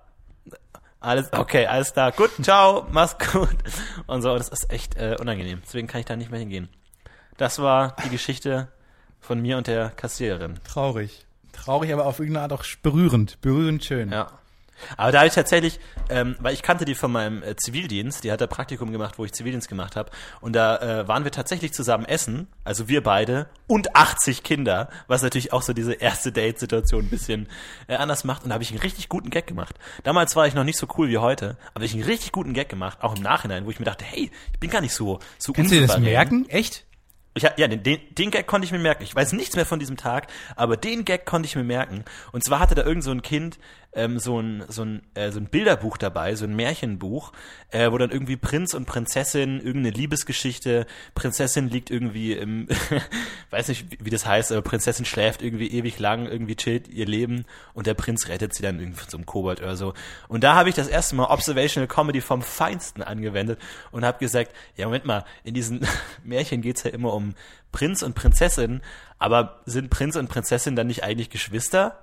A: Alles klar, gut, ciao, mach's gut. Und so, das ist echt unangenehm. Deswegen kann ich da nicht mehr hingehen. Das war die Geschichte von mir und der Kassiererin.
B: Traurig, aber auf irgendeine Art auch berührend schön.
A: Ja. Aber da habe ich tatsächlich, weil ich kannte die von meinem Zivildienst, die hat da Praktikum gemacht, wo ich Zivildienst gemacht habe. Und da waren wir tatsächlich zusammen essen, also wir beide und 80 Kinder, was natürlich auch so diese erste Date-Situation ein bisschen anders macht. Und da habe ich einen richtig guten Gag gemacht. Damals war ich noch nicht so cool wie heute, aber ich einen richtig guten Gag gemacht, auch im Nachhinein, wo ich mir dachte, hey, ich bin gar nicht so
B: Kannst du dir das merken? Echt?
A: Den Gag konnte ich mir merken. Ich weiß nichts mehr von diesem Tag, aber den Gag konnte ich mir merken. Und zwar hatte da irgend so ein Kind so ein Bilderbuch dabei, so ein Märchenbuch, wo dann irgendwie Prinz und Prinzessin, irgendeine Liebesgeschichte, Prinzessin liegt irgendwie im, weiß nicht, wie das heißt, aber Prinzessin schläft irgendwie ewig lang, irgendwie chillt ihr Leben und der Prinz rettet sie dann irgendwie von so einem Kobold oder so. Und da habe ich das erste Mal Observational Comedy vom Feinsten angewendet und habe gesagt, ja, Moment mal, in diesen Märchen geht's ja immer um Prinz und Prinzessin, aber sind Prinz und Prinzessin dann nicht eigentlich Geschwister?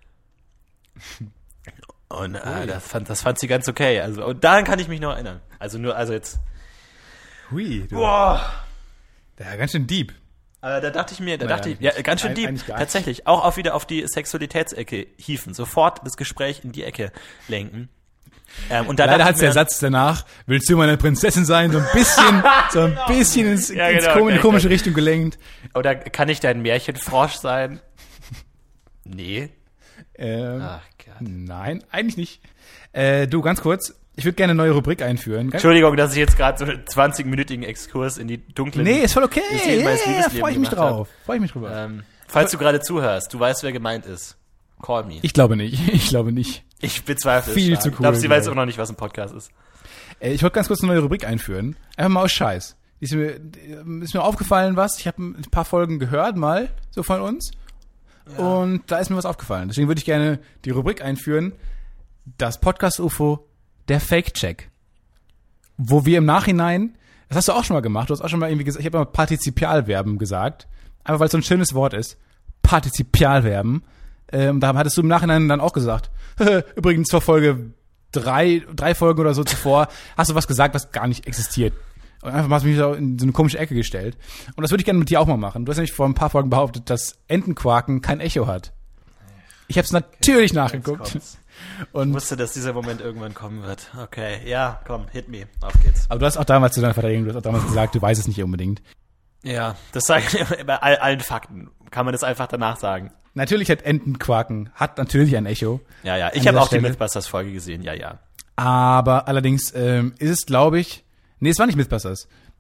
A: Und das fand sie ganz okay. Also, und daran kann ich mich noch erinnern. Also jetzt.
B: Hui, du.
A: Boah.
B: Ja, ganz schön deep.
A: Da dachte ich, ja, ganz schön deep. Tatsächlich. Auch wieder auf die Sexualitätsecke hieven. Sofort das Gespräch in die Ecke lenken. Und
B: leider hat der Satz danach, willst du meine Prinzessin sein? So ein bisschen ins komische Richtung gelenkt.
A: Oder kann ich dein Märchenfrosch sein? Nee.
B: Ach Gott. Nein, eigentlich nicht. Du, ganz kurz, ich würde gerne eine neue Rubrik einführen.
A: Entschuldigung, dass ich jetzt gerade so einen 20-minütigen Exkurs in die dunklen...
B: Nee, ist voll okay. Freue ich mich drauf.
A: Falls du gerade zuhörst, du weißt, wer gemeint ist. Call me.
B: Ich glaube nicht.
A: Ich bezweifle es.
B: Viel zu cool.
A: Ich glaube, sie weiß auch noch nicht, was ein Podcast ist.
B: Ich wollte ganz kurz eine neue Rubrik einführen. Einfach mal aus Scheiß. Ist mir aufgefallen was. Ich habe ein paar Folgen gehört mal, so von uns. Ja. Und da ist mir was aufgefallen. Deswegen würde ich gerne die Rubrik einführen. Das Podcast-UFO, der Fake-Check. Wo wir im Nachhinein, das hast du auch schon mal gemacht, du hast auch schon mal irgendwie gesagt, ich habe immer Partizipialverben gesagt. Einfach weil es so ein schönes Wort ist. Partizipialverben. Da hattest du im Nachhinein dann auch gesagt, übrigens zur Folge 3 Folgen oder so zuvor, hast du was gesagt, was gar nicht existiert. Und einfach mal mich in so eine komische Ecke gestellt. Und das würde ich gerne mit dir auch mal machen. Du hast nämlich vor ein paar Folgen behauptet, dass Entenquaken kein Echo hat. Ich habe es natürlich nachgeguckt. Und
A: ich wusste, dass dieser Moment irgendwann kommen wird. Okay, ja, komm, hit me. Auf geht's.
B: Aber du hast auch damals zu deiner Verteidigung, gesagt, du weißt es nicht unbedingt.
A: Ja, das sage ich bei allen Fakten. Kann man das einfach danach sagen.
B: Natürlich hat Entenquaken, natürlich ein Echo.
A: Ja, ich habe auch die Mythbusters-Folge gesehen, ja.
B: Aber allerdings ist es, glaube ich, nee, es war nicht Mythbusters.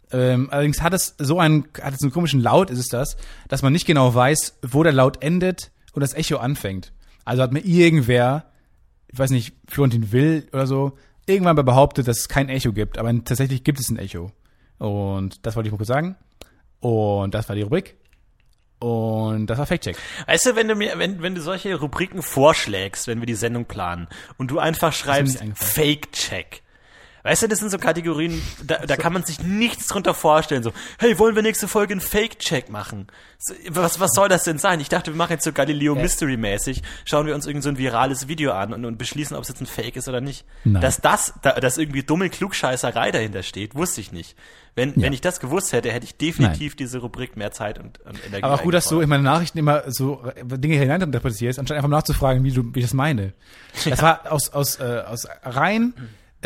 B: Allerdings hat es einen komischen Laut, ist es das, dass man nicht genau weiß, wo der Laut endet und das Echo anfängt. Also hat mir irgendwer, ich weiß nicht, Florentin Will oder so, irgendwann mal behauptet, dass es kein Echo gibt, aber tatsächlich gibt es ein Echo. Und das wollte ich mal kurz sagen. Und das war die Rubrik. Und das war Fact-Check.
A: Weißt du, wenn du solche Rubriken vorschlägst, wenn wir die Sendung planen, und du einfach schreibst Fake-Check. Weißt du, das sind so Kategorien, da kann man sich nichts drunter vorstellen. So, hey, wollen wir nächste Folge einen Fake-Check machen? Was soll das denn sein? Ich dachte, wir machen jetzt so Galileo Mystery-mäßig, schauen wir uns irgend so ein virales Video an und beschließen, ob es jetzt ein Fake ist oder nicht. Nein. Dass irgendwie dumme Klugscheißerei dahinter steht, wusste ich nicht. Wenn ich das gewusst hätte, hätte ich definitiv diese Rubrik mehr Zeit und Energie.
B: Aber auch gut, dass du in meine Nachrichten immer so Dinge hineininterpretierst, anstatt einfach nachzufragen, wie ich das meine. Das war aus rein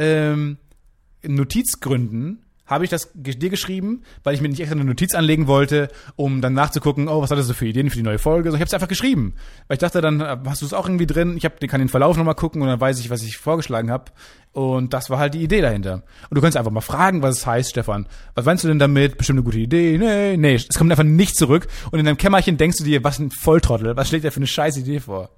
B: Notizgründen habe ich das dir geschrieben, weil ich mir nicht extra eine Notiz anlegen wollte, um dann nachzugucken, was hat er so für Ideen für die neue Folge. So, ich habe es einfach geschrieben, weil ich dachte, dann hast du es auch irgendwie drin. Kann den Verlauf nochmal gucken und dann weiß ich, was ich vorgeschlagen habe. Und das war halt die Idee dahinter. Und du kannst einfach mal fragen, was es heißt, Stefan. Was meinst du denn damit? Bestimmt eine gute Idee? Nee, es kommt einfach nicht zurück. Und in deinem Kämmerchen denkst du dir, was ein Volltrottel, was schlägt der für eine scheiß Idee vor?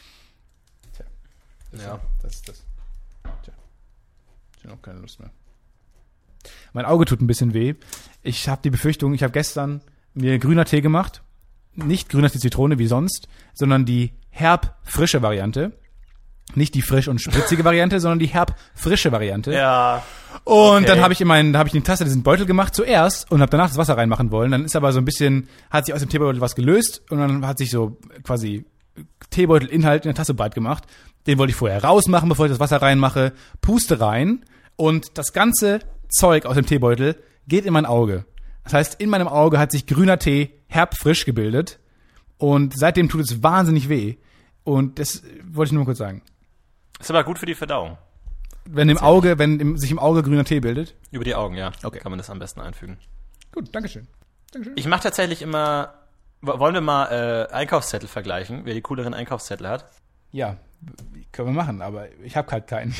B: Tja, das ist das. Tja, ich habe auch keine Lust mehr. Mein Auge tut ein bisschen weh. Ich habe die Befürchtung, ich habe gestern mir grüner Tee gemacht. Nicht grüner Tee Zitrone wie sonst, sondern die herb-frische Variante. Nicht die frisch- und spritzige Variante, sondern die herb-frische Variante.
A: Ja.
B: Und dann habe ich in die Tasse diesen Beutel gemacht zuerst und habe danach das Wasser reinmachen wollen. Dann ist aber so ein bisschen, hat sich aus dem Teebeutel was gelöst und dann hat sich so quasi Teebeutelinhalt in der Tasse breit gemacht. Den wollte ich vorher rausmachen, bevor ich das Wasser reinmache. Puste rein und das ganze Zeug aus dem Teebeutel geht in mein Auge. Das heißt, in meinem Auge hat sich grüner Tee herbfrisch gebildet und seitdem tut es wahnsinnig weh. Und das wollte ich nur mal kurz sagen.
A: Ist aber gut für die Verdauung.
B: Wenn sich im Auge grüner Tee bildet?
A: Über die Augen, ja.
B: Okay.
A: Kann man das am besten einfügen.
B: Gut, Dankeschön.
A: Ich mache tatsächlich immer, wollen wir mal Einkaufszettel vergleichen, wer die cooleren Einkaufszettel hat?
B: Ja, können wir machen, aber ich habe halt keinen.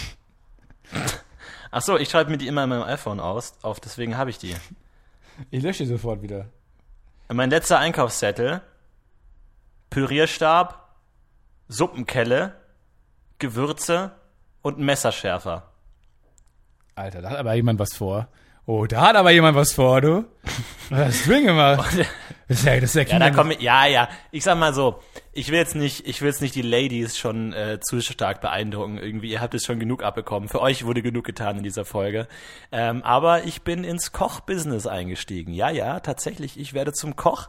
A: Ach so, ich schreibe mir die immer in meinem iPhone auf, deswegen habe ich die.
B: Ich lösche die sofort wieder.
A: Mein letzter Einkaufszettel: Pürierstab, Suppenkelle, Gewürze und ein Messerschärfer.
B: Alter, da hat aber jemand was vor. Oh, da hat aber jemand was vor, du. Was hast du denn gemacht? Das ist ja
A: ich sag mal so, ich will jetzt nicht die Ladies schon zu stark beeindrucken irgendwie. Ihr habt es schon genug abbekommen. Für euch wurde genug getan in dieser Folge. Aber ich bin ins Kochbusiness eingestiegen. Ja, tatsächlich, ich werde zum Koch.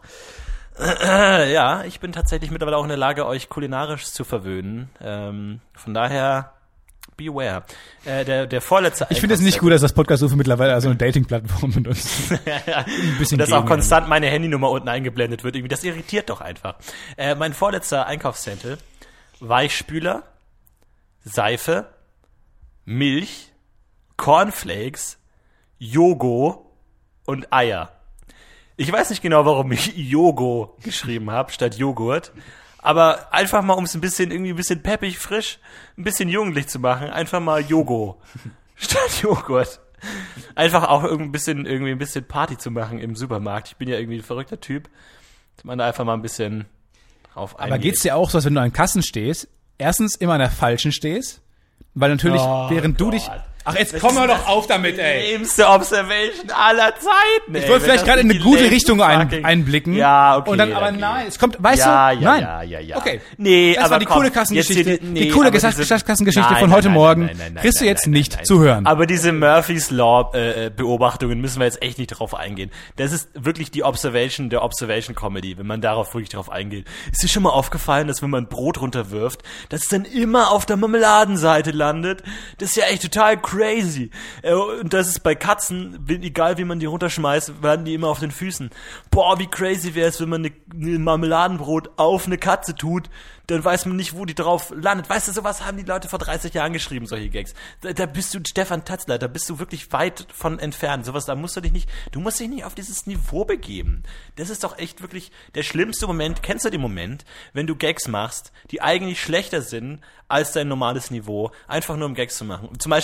A: Ja, ich bin tatsächlich mittlerweile auch in der Lage, euch kulinarisch zu verwöhnen. Von daher, beware. Der vorletzte.
B: Ich finde es nicht gut, dass das Podcast so für mittlerweile also eine Dating-Plattform benutzt.
A: Ein bisschen dass auch konstant meine Handynummer unten eingeblendet wird. Irgendwie, das irritiert doch einfach. Mein vorletzter Einkaufszettel: Weichspüler, Seife, Milch, Cornflakes, Jogo und Eier. Ich weiß nicht genau, warum ich Jogo geschrieben habe statt Joghurt. Aber einfach mal, um es ein bisschen peppig, frisch, ein bisschen jugendlich zu machen, einfach mal Jogo statt Joghurt. Einfach auch irgendwie ein bisschen Party zu machen im Supermarkt. Ich bin ja irgendwie ein verrückter Typ. Dass man da einfach mal ein bisschen drauf eingeht.
B: Aber geht's dir auch so, dass wenn du an Kassen stehst, erstens immer an der falschen stehst? Weil natürlich, während du dich... Ach, jetzt kommen wir doch auf damit, ey.
A: Die lämste Observation aller Zeiten, ey.
B: Ich wollte vielleicht gerade in eine gute Richtung einblicken.
A: Ja, okay.
B: Und dann, aber nein, es kommt, weißt du? Nein.
A: Ja.
B: Okay.
A: Nee,
B: das
A: aber
B: war die coole Kassengeschichte. Die coole Kassengeschichte
A: nein,
B: von heute
A: nein,
B: Morgen.
A: Nein,
B: kriegst du jetzt nicht zu hören.
A: Aber diese Murphy's Law Beobachtungen müssen wir jetzt echt nicht drauf eingehen. Das ist wirklich die Observation der Observation Comedy, wenn man darauf wirklich drauf eingeht. Ist dir schon mal aufgefallen, dass wenn man Brot runterwirft, dass es dann immer auf der Marmeladenseite landet? Das ist ja echt total crazy. Und das ist bei Katzen, egal wie man die runterschmeißt, werden die immer auf den Füßen. Boah, wie crazy wäre es, wenn man ein Marmeladenbrot auf eine Katze tut, dann weiß man nicht, wo die drauf landet. Weißt du, sowas haben die Leute vor 30 Jahren geschrieben, solche Gags. Da bist du Stefan Tatzler, da bist du wirklich weit von entfernt. Sowas, du musst dich nicht auf dieses Niveau begeben. Das ist doch echt wirklich der schlimmste Moment. Kennst du den Moment, wenn du Gags machst, die eigentlich schlechter sind als dein normales Niveau, einfach nur um Gags zu machen? Zum Beispiel, wenn du jemanden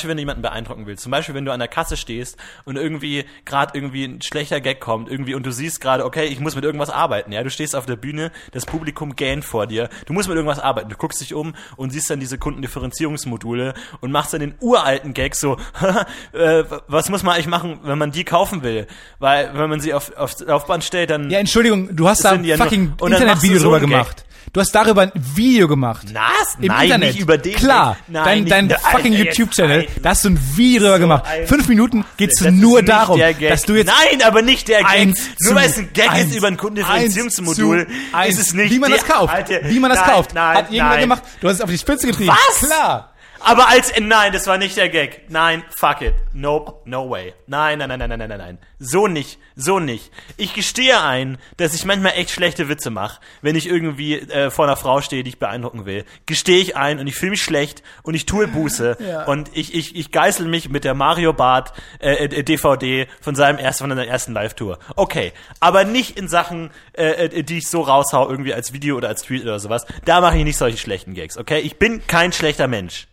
A: beeindrucken willst, zum Beispiel, wenn du an der Kasse stehst und irgendwie ein schlechter Gag kommt, irgendwie, und du siehst gerade, okay, ich muss mit irgendwas arbeiten, ja, du stehst auf der Bühne, das Publikum gähnt vor dir, du musst mit irgendwas arbeiten, du guckst dich um und siehst dann diese Kundendifferenzierungsmodule und machst dann den uralten Gag so, was muss man eigentlich machen, wenn man die kaufen will? Weil, wenn man sie aufs Laufband stellt, dann...
B: Ja, Entschuldigung, du hast da ein fucking Internetvideo drüber gemacht. Du hast darüber ein Video gemacht.
A: Was?
B: Im
A: Nein,
B: Internet.
A: nicht über den.
B: Klar,
A: Nein,
B: dein fucking YouTube-Channel, da hast du ein Video drüber gemacht. 5 Minuten geht's nur darum, dass du jetzt...
A: Nein, aber nicht der Gag. Nur weil es ein Gag ist über ein Kundendifferenzierungsmodul, ist es nicht...
B: Wie man das kauft. Wie man das kauft. Hat irgendwer gemacht. Du hast es auf die Spitze getrieben.
A: Was?
B: Klar.
A: Aber nein, das war nicht der Gag. Nein, fuck it. Nope, no way. Nein. So nicht. Ich gestehe ein, dass ich manchmal echt schlechte Witze mache, wenn ich irgendwie vor einer Frau stehe, die ich beeindrucken will. Gestehe ich ein und ich fühle mich schlecht und ich tue Buße. Ja. Und ich geißel mich mit der Mario Barth DVD von seiner ersten Live-Tour. Okay, aber nicht in Sachen, die ich so raushau, irgendwie als Video oder als Tweet oder sowas. Da mache ich nicht solche schlechten Gags, okay? Ich bin kein schlechter Mensch.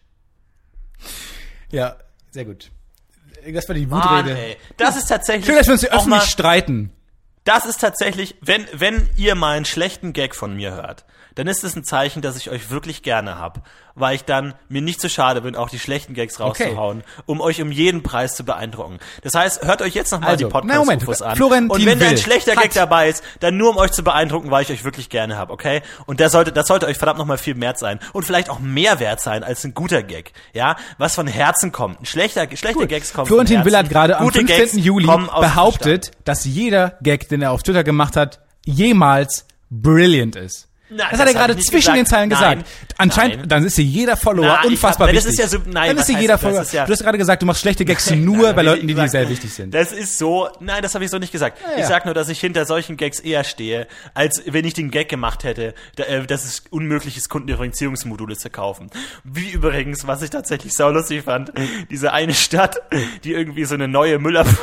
B: Ja, sehr gut. Das war die Wutrede.
A: Ey. Das ist tatsächlich...
B: Schön, dass wir uns hier öffentlich streiten.
A: Das ist tatsächlich, wenn ihr mal einen schlechten Gag von mir hört, dann ist es ein Zeichen, dass ich euch wirklich gerne hab, weil ich dann mir nicht so schade bin, auch die schlechten Gags rauszuhauen, um euch um jeden Preis zu beeindrucken. Das heißt, hört euch jetzt nochmal die Podcast-Infos an. Und wenn da ein schlechter Gag dabei ist, dann nur um euch zu beeindrucken, weil ich euch wirklich gerne hab, okay? Und das sollte euch verdammt nochmal viel mehr sein. Und vielleicht auch mehr wert sein als ein guter Gag. Ja? Was von Herzen kommt. Schlechte Gags kommen
B: Florentin
A: von Herzen.
B: Will hat gerade am 15.
A: Gags
B: Juli behauptet, dass jeder Gag, den er auf Twitter gemacht hat, jemals brilliant ist.
A: Nein,
B: das hat er gerade zwischen den Zeilen gesagt. Anscheinend, dann ist hier jeder Follower unfassbar wichtig.
A: Das ist ja so,
B: dann ist hier jeder Follower. Du hast gerade gesagt, du machst schlechte Gags nur bei Leuten, die dir sehr wichtig sind.
A: Das ist so, nein, das habe ich so nicht gesagt. Ja. Ich sag nur, dass ich hinter solchen Gags eher stehe, als wenn ich den Gag gemacht hätte, dass es unmöglich ist, Kundendifferenzierungsmodule zu kaufen. Wie übrigens, was ich tatsächlich saulustig fand, diese eine Stadt, die irgendwie so eine neue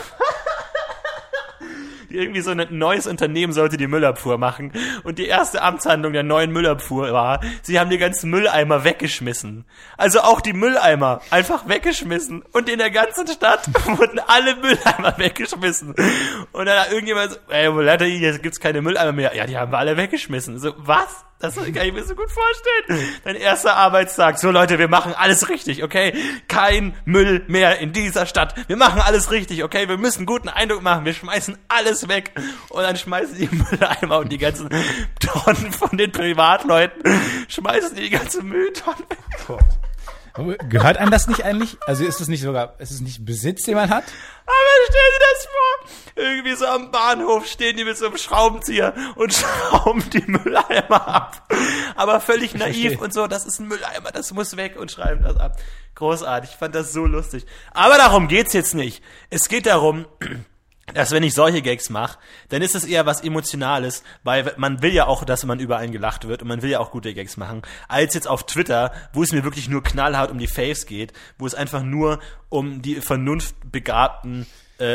A: irgendwie so ein neues Unternehmen sollte die Müllabfuhr machen. Und die erste Amtshandlung der neuen Müllabfuhr war, sie haben die ganzen Mülleimer weggeschmissen. Also auch die Mülleimer einfach weggeschmissen. Und in der ganzen Stadt wurden alle Mülleimer weggeschmissen. Und dann hat irgendjemand so, ey, jetzt gibt's keine Mülleimer mehr. Ja, die haben wir alle weggeschmissen. So, was? Das kann ich mir so gut vorstellen. Dein erster Arbeitstag. So, Leute, wir machen alles richtig, okay? Kein Müll mehr in dieser Stadt. Wir machen alles richtig, okay? Wir müssen guten Eindruck machen. Wir schmeißen alles weg. Und dann schmeißen die Mülleimer und die ganzen Tonnen von den Privatleuten, schmeißen die ganze Mülltonnen weg. Gott.
B: Gehört einem das nicht eigentlich? Also ist es nicht Besitz, den man hat?
A: Aber stell dir das vor, irgendwie so am Bahnhof stehen die mit so einem Schraubenzieher und schrauben die Mülleimer ab. Aber völlig naiv und so, das ist ein Mülleimer, das muss weg und schreiben das ab. Großartig, ich fand das so lustig. Aber darum geht's jetzt nicht. Es geht darum, dass wenn ich solche Gags mache, dann ist es eher was Emotionales, weil man will ja auch, dass man über einen gelacht wird und man will ja auch gute Gags machen, als jetzt auf Twitter, wo es mir wirklich nur knallhart um die Faves geht, wo es einfach nur um die vernunftbegabten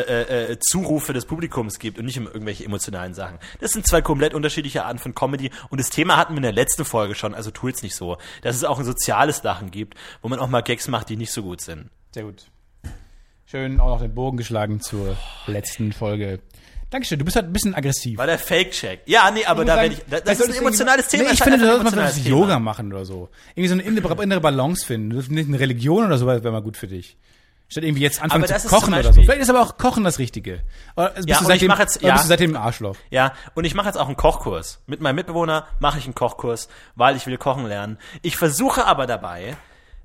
A: Zurufe des Publikums gibt und nicht um irgendwelche emotionalen Sachen. Das sind zwei komplett unterschiedliche Arten von Comedy und das Thema hatten wir in der letzten Folge schon, also tu jetzt nicht so, dass es auch ein soziales Lachen gibt, wo man auch mal Gags macht, die nicht so gut sind.
B: Sehr gut. Schön auch noch den Bogen geschlagen zur letzten Folge. Dankeschön, du bist halt ein bisschen aggressiv.
A: War der Fake-Check. Ja, nee, aber da werde ich, das ist ein emotionales Thema.
B: Nee, ich finde, du solltest mal vielleicht Yoga machen oder so. Irgendwie so eine innere Balance finden. Du nicht eine Religion oder so, wäre mal gut für dich. Statt irgendwie jetzt anfangen zu kochen oder so. Vielleicht ist aber auch Kochen das Richtige. Oder bist du seitdem ein Arschloch?
A: Ja, und ich mache jetzt auch einen Kochkurs. Mit meinem Mitbewohner mache ich einen Kochkurs, weil ich will kochen lernen. Ich versuche aber dabei,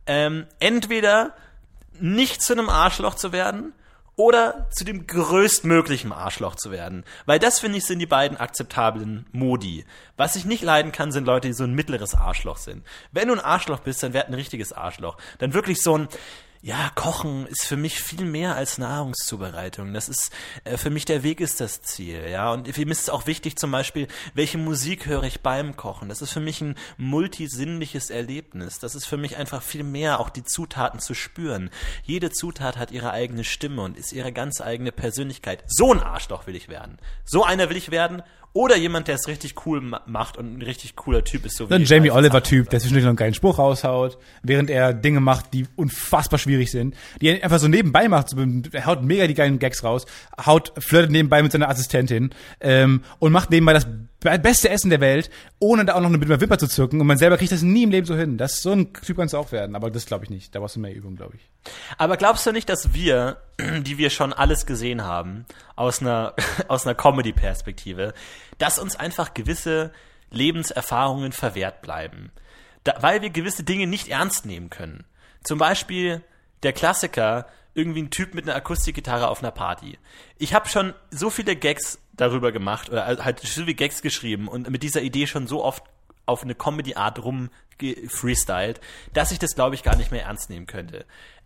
A: entweder nicht zu einem Arschloch zu werden oder zu dem größtmöglichen Arschloch zu werden. Weil das, finde ich, sind die beiden akzeptablen Modi. Was ich nicht leiden kann, sind Leute, die so ein mittleres Arschloch sind. Wenn du ein Arschloch bist, dann werd ein richtiges Arschloch. Dann wirklich so ein, ja, Kochen ist für mich viel mehr als Nahrungszubereitung. Das ist, für mich der Weg ist das Ziel, ja. Und für mich ist es auch wichtig zum Beispiel, welche Musik höre ich beim Kochen. Das ist für mich ein multisinnliches Erlebnis. Das ist für mich einfach viel mehr, auch die Zutaten zu spüren. Jede Zutat hat ihre eigene Stimme und ist ihre ganz eigene Persönlichkeit. So ein Arschloch will ich werden. So einer will ich werden Oder jemand, der es richtig cool macht und ein richtig cooler Typ ist. So wie
B: ein Jamie Oliver-Typ, der zwischendurch noch einen geilen Spruch raushaut, während er Dinge macht, die unfassbar schwierig sind, die er einfach so nebenbei macht. Er haut mega die geilen Gags raus, flirtet nebenbei mit seiner Assistentin und macht nebenbei das beste Essen der Welt, ohne da auch noch mit einer Wimper zu zucken. Und man selber kriegt das nie im Leben so hin. So ein Typ kannst du auch werden. Aber das glaube ich nicht. Da brauchst du mehr Übung, glaube ich.
A: Aber glaubst du nicht, dass wir, die wir schon alles gesehen haben, aus einer Comedy-Perspektive, dass uns einfach gewisse Lebenserfahrungen verwehrt bleiben? Weil wir gewisse Dinge nicht ernst nehmen können. Zum Beispiel der Klassiker, irgendwie ein Typ mit einer Akustikgitarre auf einer Party. Ich habe schon so viele Gags darüber gemacht oder halt so viele Gags geschrieben und mit dieser Idee schon so oft auf eine Comedy-Art freestylt, dass ich das, glaube ich, gar nicht mehr ernst nehmen könnte.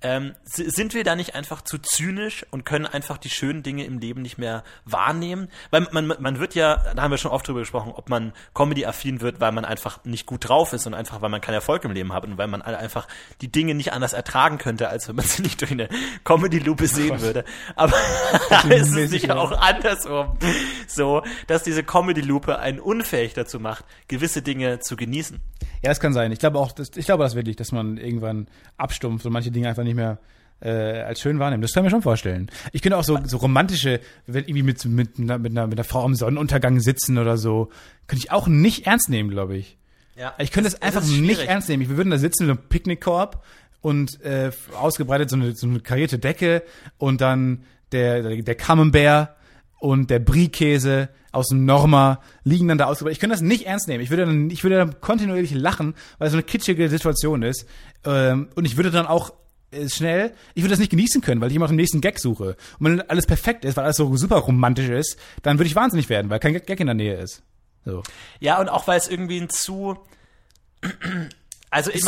A: Sind wir da nicht einfach zu zynisch und können einfach die schönen Dinge im Leben nicht mehr wahrnehmen? Weil man wird ja, da haben wir schon oft drüber gesprochen, ob man Comedy-affin wird, weil man einfach nicht gut drauf ist und einfach, weil man keinen Erfolg im Leben hat und weil man einfach die Dinge nicht anders ertragen könnte, als wenn man sie nicht durch eine Comedy-Lupe sehen würde. Aber ist es nicht auch andersrum so, dass diese Comedy-Lupe einen unfähig dazu macht, gewisse Dinge zu genießen?
B: Ja, das kann sein. Ich glaube das wirklich, dass man irgendwann abstumpft und manche Dinge einfach nicht mehr als schön wahrnimmt. Das kann ich mir schon vorstellen. Ich könnte auch so romantische, wenn irgendwie mit einer Frau am Sonnenuntergang sitzen oder so, könnte ich auch nicht ernst nehmen, glaube ich. Ja, ich könnte das einfach nicht ernst nehmen. Wir würden da sitzen mit einem Picknickkorb und ausgebreitet so eine karierte Decke und dann der Camembert und der Brie-Käse aus dem Norma liegen dann da ausgebreitet. Ich könnte das nicht ernst nehmen. Ich würde dann kontinuierlich lachen, weil es so eine kitschige Situation ist. Und ich würde dann auch ich würde das nicht genießen können, weil ich immer auf den nächsten Gag suche. Und wenn alles perfekt ist, weil alles so super romantisch ist, dann würde ich wahnsinnig werden, weil kein Gag in der Nähe ist. So.
A: Ja, und auch weil es irgendwie
B: ich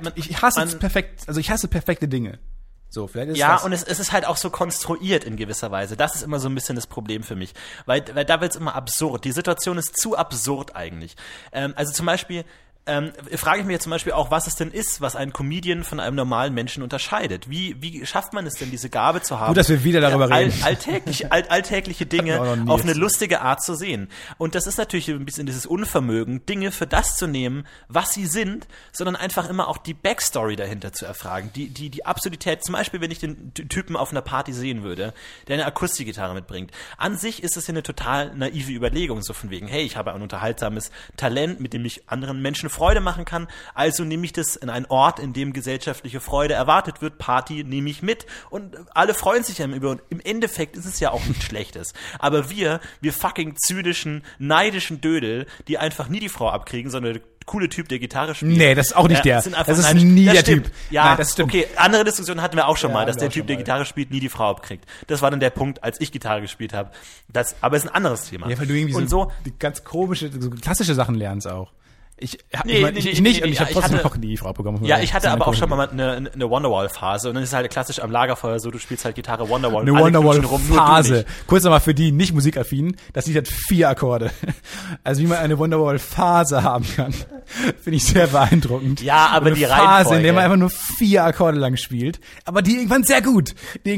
B: hasse perfekte Dinge. So, vielleicht ist
A: ja,
B: das.
A: Und es ist halt auch so konstruiert in gewisser Weise. Das ist immer so ein bisschen das Problem für mich. Weil da wird's immer absurd. Die Situation ist zu absurd eigentlich. Also zum Beispiel frage ich mich jetzt zum Beispiel auch, was es denn ist, was einen Comedian von einem normalen Menschen unterscheidet. Wie schafft man es denn, diese Gabe zu haben?
B: Gut, dass wir wieder darüber reden.
A: Alltägliche Dinge auf eine lustige Art zu sehen. Und das ist natürlich ein bisschen dieses Unvermögen, Dinge für das zu nehmen, was sie sind, sondern einfach immer auch die Backstory dahinter zu erfragen. Die Absurdität, zum Beispiel, wenn ich den Typen auf einer Party sehen würde, der eine Akustikgitarre mitbringt. An sich ist es ja eine total naive Überlegung, so von wegen, hey, ich habe ein unterhaltsames Talent, mit dem ich anderen Menschen Freude machen kann, also nehme ich das in einen Ort, in dem gesellschaftliche Freude erwartet wird, Party nehme ich mit und alle freuen sich darüber und im Endeffekt ist es ja auch nichts Schlechtes. Aber wir fucking zynischen, neidischen Dödel, die einfach nie die Frau abkriegen, sondern der coole Typ, der Gitarre spielt.
B: Nee, das ist auch nicht der.
A: Das
B: ist nie der Typ.
A: Ja,
B: nein, das stimmt.
A: Okay, andere Diskussionen hatten wir auch schon mal, dass der Typ, der Gitarre spielt, nie die Frau abkriegt. Das war dann der Punkt, als ich Gitarre gespielt habe. Aber es ist ein anderes Thema.
B: Ja, weil du irgendwie
A: und
B: so die ganz komische, so klassische Sachen lernst auch. Ich habe trotzdem noch nie Frau bekommen.
A: Ja, ich hatte aber auch schon mal eine Wonderwall-Phase und dann ist es halt klassisch am Lagerfeuer so, du spielst halt Gitarre Wonderwall.
B: Eine Wonderwall-Phase. Kurz nochmal für die Nicht-Musikaffinen, das Lied hat 4 Akkorde. Also wie man eine Wonderwall-Phase haben kann, finde ich sehr beeindruckend.
A: Ja, aber die
B: Reihenfolge. Phase, in der man einfach nur 4 Akkorde lang spielt, aber die irgendwann sehr gut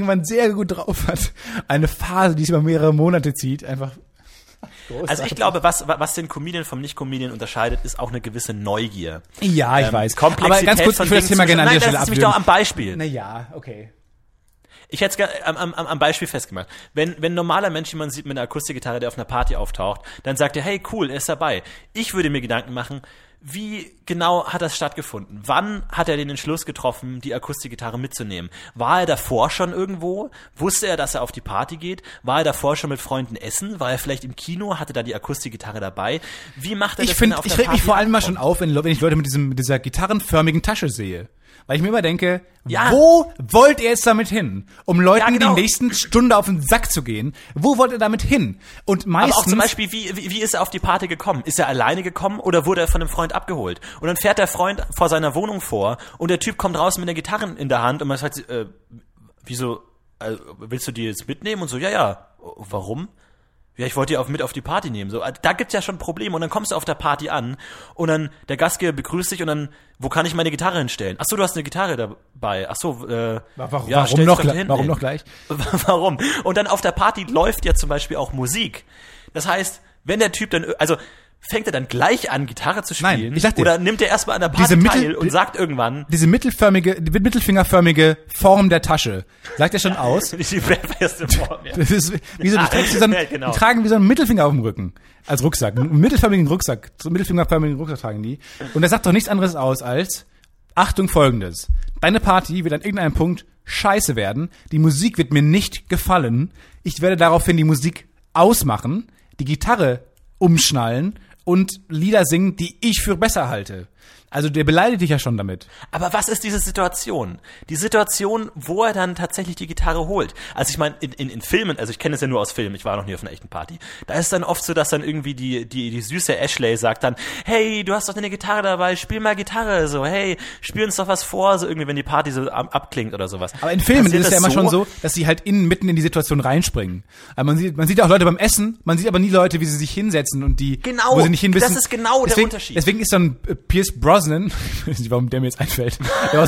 B: drauf hat. Eine Phase, die sich über mehrere Monate zieht, einfach. Großartig.
A: Also ich glaube, was den Comedian vom Nicht-Comedian unterscheidet, ist auch eine gewisse Neugier.
B: Ja, ich weiß.
A: Komplexität.
B: Aber ganz kurz, ich will das Thema gerne an der Stelle
A: abwürgen. Lass mich doch am Beispiel.
B: Naja, okay.
A: Ich hätte es am Beispiel festgemacht. Wenn ein normaler Mensch jemanden sieht mit einer Akustikgitarre, der auf einer Party auftaucht, dann sagt er, hey, cool, er ist dabei. Ich würde mir Gedanken machen, wie genau hat das stattgefunden? Wann hat er den Entschluss getroffen, die Akustikgitarre mitzunehmen? War er davor schon irgendwo? Wusste er, dass er auf die Party geht? War er davor schon mit Freunden essen? War er vielleicht im Kino? Hatte da die Akustikgitarre dabei? Wie macht er das, wenn er auf der Party
B: Ich reg mich vor allem mal schon auf, wenn ich Leute mit dieser gitarrenförmigen Tasche sehe. Weil ich mir immer denke, wo wollt ihr jetzt damit hin? Um Leuten die nächsten Stunde auf den Sack zu gehen. Wo wollt ihr damit hin? Und meistens.
A: Aber auch zum Beispiel, wie ist er auf die Party gekommen? Ist er alleine gekommen oder wurde er von einem Freund abgeholt? Und dann fährt der Freund vor seiner Wohnung vor und der Typ kommt raus mit der Gitarre in der Hand und man sagt, wieso, willst du die jetzt mitnehmen? Und so, ja. Warum? Ja, ich wollte die mit auf die Party nehmen. So, da gibt's ja schon Probleme. Und dann kommst du auf der Party an und dann der Gastgeber begrüßt dich und dann, wo kann ich meine Gitarre hinstellen? Ach so, du hast eine Gitarre dabei. Ach so,
B: warum noch gleich?
A: Warum? Und dann auf der Party läuft ja zum Beispiel auch Musik. Das heißt, wenn der Typ dann, also fängt er dann gleich an, Gitarre zu spielen?
B: Nein, ich sag dir,
A: oder nimmt er erstmal an der Party teil und sagt irgendwann...
B: Diese mittelfingerförmige Form der Tasche, sagt er schon aus.
A: Die feste Form, ja.
B: Das ist, wie so, die tragen wie so einen Mittelfinger auf dem Rücken. Als Rucksack. Einen mittelfingerförmigen Rucksack tragen die. Und er sagt doch nichts anderes aus als, Achtung, Folgendes. Deine Party wird an irgendeinem Punkt scheiße werden. Die Musik wird mir nicht gefallen. Ich werde daraufhin die Musik ausmachen, die Gitarre umschnallen und Lieder singen, die ich für besser halte. Also der beleidigt dich ja schon damit.
A: Aber was ist diese Situation? Die Situation, wo er dann tatsächlich die Gitarre holt. Also ich meine, in Filmen, also ich kenne es ja nur aus Filmen, ich war noch nie auf einer echten Party, da ist dann oft so, dass dann irgendwie die süße Ashley sagt dann, hey, du hast doch deine Gitarre dabei, spiel mal Gitarre, so, hey, spiel uns doch was vor, so irgendwie, wenn die Party so abklingt oder sowas.
B: Aber in Filmen ist es ja immer schon so, dass sie halt mitten in die Situation reinspringen. Aber man sieht auch Leute beim Essen, man sieht aber nie Leute, wie sie sich hinsetzen und
A: genau,
B: wo sie nicht hinwissen.
A: Das ist genau der Unterschied.
B: Deswegen ist dann Pierce Brosnan, ich weiß nicht, warum der mir jetzt einfällt. Der war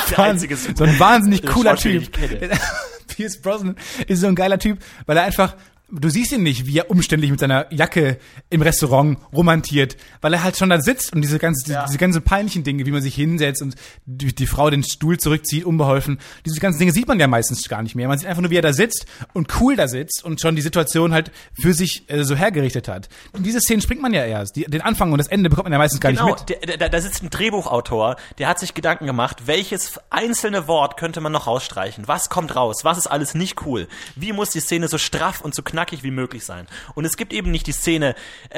B: so ein wahnsinnig cooler Typ. Pierce Brosnan ist so ein geiler Typ, weil er einfach, du siehst ihn nicht, wie er umständlich mit seiner Jacke im Restaurant romantiert, weil er halt schon da sitzt und diese ganzen peinlichen Dinge, wie man sich hinsetzt und die Frau den Stuhl zurückzieht, unbeholfen, diese ganzen Dinge sieht man ja meistens gar nicht mehr. Man sieht einfach nur, wie er da sitzt und cool da sitzt und schon die Situation halt für sich so hergerichtet hat. Und diese Szenen springt man ja erst. Den Anfang und das Ende bekommt man ja meistens gar nicht mit.
A: Da sitzt ein Drehbuchautor, der hat sich Gedanken gemacht, welches einzelne Wort könnte man noch rausstreichen? Was kommt raus? Was ist alles nicht cool? Wie muss die Szene so straff und so knackig wie möglich sein. Und es gibt eben nicht die Szene,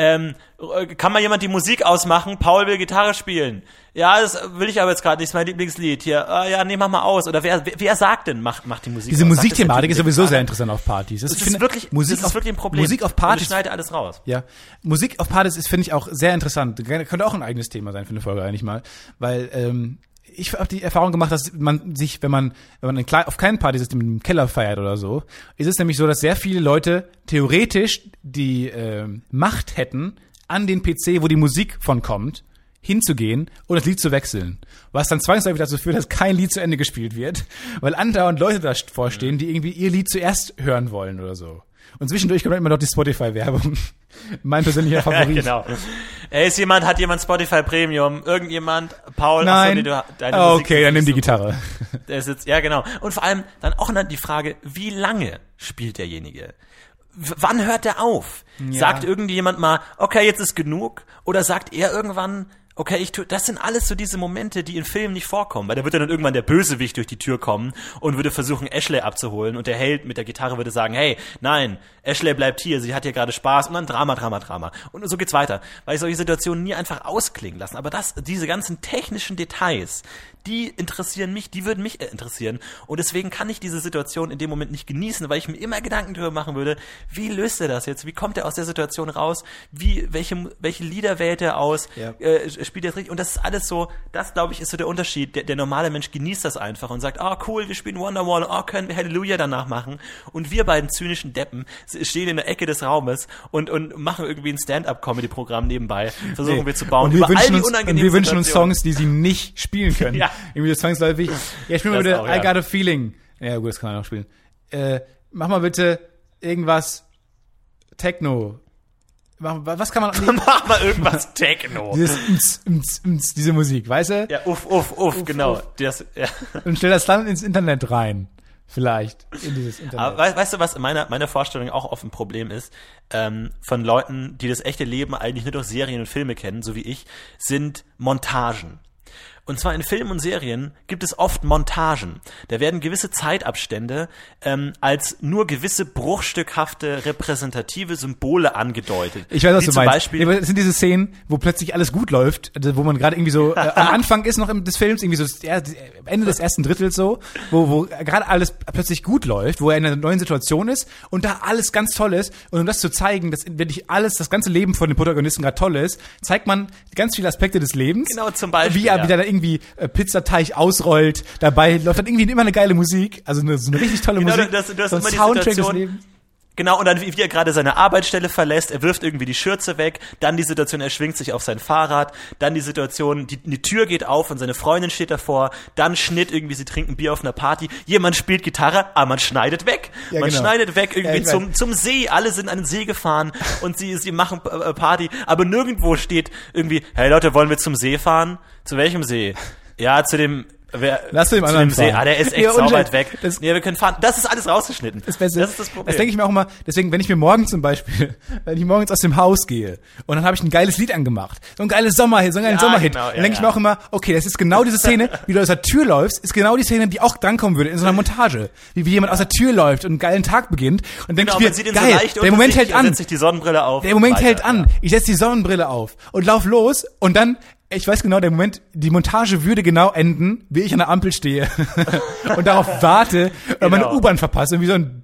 A: kann mal jemand die Musik ausmachen? Paul will Gitarre spielen. Ja, das will ich aber jetzt gerade nicht, ist mein Lieblingslied. Hier, ja, nee, mach mal aus. Oder wer sagt denn, macht die Musik
B: Diese
A: aus?
B: Musikthematik ist sowieso sehr interessant auf Partys.
A: Das ist wirklich ein Problem.
B: Musik auf Partys.
A: Und schneidet alles raus.
B: Ja. Musik auf Partys ist, finde ich, auch sehr interessant. Könnte auch ein eigenes Thema sein für eine Folge eigentlich mal. Weil, ich habe die Erfahrung gemacht, dass man sich, wenn man auf keinen Partys ist, im Keller feiert oder so, ist es nämlich so, dass sehr viele Leute theoretisch die Macht hätten, an den PC, wo die Musik von kommt, hinzugehen und das Lied zu wechseln. Was dann zwangsläufig dazu führt, dass kein Lied zu Ende gespielt wird, weil andauernd Leute da vorstehen, die irgendwie ihr Lied zuerst hören wollen oder so. Und zwischendurch kommt immer noch die Spotify-Werbung. Mein persönlicher Favorit.
A: Ja, genau. Hat jemand Spotify Premium? Irgendjemand? Paul?
B: Nein. Deine Musik okay, dann nimm die Gitarre.
A: Der sitzt, ja, genau. Und vor allem dann auch die Frage, wie lange spielt derjenige? Wann hört der auf? Ja. Sagt irgendjemand mal, okay, jetzt ist genug? Oder sagt er irgendwann, okay, das sind alles so diese Momente, die in Filmen nicht vorkommen, weil da wird dann irgendwann der Bösewicht durch die Tür kommen und würde versuchen, Ashley abzuholen und der Held mit der Gitarre würde sagen, hey, nein, Ashley bleibt hier, sie hat hier gerade Spaß und dann Drama. Und so geht's weiter, weil ich solche Situationen nie einfach ausklingen lassen. Aber diese ganzen technischen Details, die interessieren mich, die würden mich interessieren. Und deswegen kann ich diese Situation in dem Moment nicht genießen, weil ich mir immer Gedanken darüber machen würde, wie löst er das jetzt? Wie kommt er aus der Situation raus? Welche Lieder wählt er aus? Ja. Spielt er das richtig? Und das ist alles so, das glaube ich ist so der Unterschied. Der normale Mensch genießt das einfach und sagt, cool, wir spielen Wonderwall, können wir Halleluja danach machen. Und wir beiden zynischen Deppen stehen in der Ecke des Raumes und machen irgendwie ein Stand-up-Comedy-Programm nebenbei. Versuchen wir zu bauen.
B: Und wir wünschen uns Songs, die sie nicht spielen können. Ja. Irgendwie zwangsläufig. Ja, spiel mal bitte I Got a Feeling. Ja gut, das kann man auch spielen. Mach mal bitte irgendwas Techno. Was kann man...
A: Mach mal irgendwas Techno.
B: Diese Musik, weißt du?
A: Ja, uff, genau. Das, ja.
B: Und stell das dann ins Internet rein. Vielleicht in dieses Internet.
A: Aber weißt du, was meine Vorstellung auch oft ein Problem ist? Von Leuten, die das echte Leben eigentlich nur durch Serien und Filme kennen, so wie ich, sind Montagen. Und zwar in Filmen und Serien gibt es oft Montagen. Da werden gewisse Zeitabstände als nur gewisse bruchstückhafte, repräsentative Symbole angedeutet.
B: Ich weiß, was du meinst. Das sind diese Szenen, wo plötzlich alles gut läuft, also wo man gerade irgendwie so am Anfang ist noch des Films, irgendwie so Ende des ersten Drittels so, wo gerade alles plötzlich gut läuft, wo er in einer neuen Situation ist und da alles ganz toll ist. Und um das zu zeigen, dass wirklich das ganze Leben von den Protagonisten gerade toll ist, zeigt man ganz viele Aspekte des Lebens.
A: Genau, zum Beispiel.
B: Wie er wieder irgendwie Pizzateig ausrollt, dabei läuft dann irgendwie immer eine geile Musik, also so eine richtig tolle Musik.
A: Du hast immer die Situation, Genau, und dann, wie er gerade seine Arbeitsstelle verlässt, er wirft irgendwie die Schürze weg, dann die Situation, er schwingt sich auf sein Fahrrad, dann die Situation, die Tür geht auf und seine Freundin steht davor, dann Schnitt irgendwie, sie trinken Bier auf einer Party, jemand spielt Gitarre, aber man schneidet weg. Ja, man schneidet weg irgendwie zum See, alle sind an den See gefahren und sie machen Party, aber nirgendwo steht irgendwie, hey Leute, wollen wir zum See fahren? Zu welchem See? Ja, zu dem...
B: Lass du dem anderen
A: See. Der ist echt so weit weg. Wir können fahren. Das ist alles rausgeschnitten. Das ist das Problem.
B: Das denke ich mir auch immer. Deswegen, wenn ich morgens aus dem Haus gehe und dann habe ich ein geiles Lied angemacht, so ein geiles Sommerhit, dann denke ich mir auch immer, okay, das ist genau diese Szene, wie du aus der Tür läufst, ist genau die Szene, die auch drankommen würde in so einer Montage. Wie jemand aus der Tür läuft und einen geilen Tag beginnt und denke ich mir, geil, der Moment hält an.
A: Setzt sich die Sonnenbrille auf.
B: Der Moment hält an. Ich setze die Sonnenbrille auf und lauf los und dann ich weiß genau, der Moment, die Montage würde genau enden, wie ich an der Ampel stehe und darauf warte, meine U-Bahn verpasse und wie so ein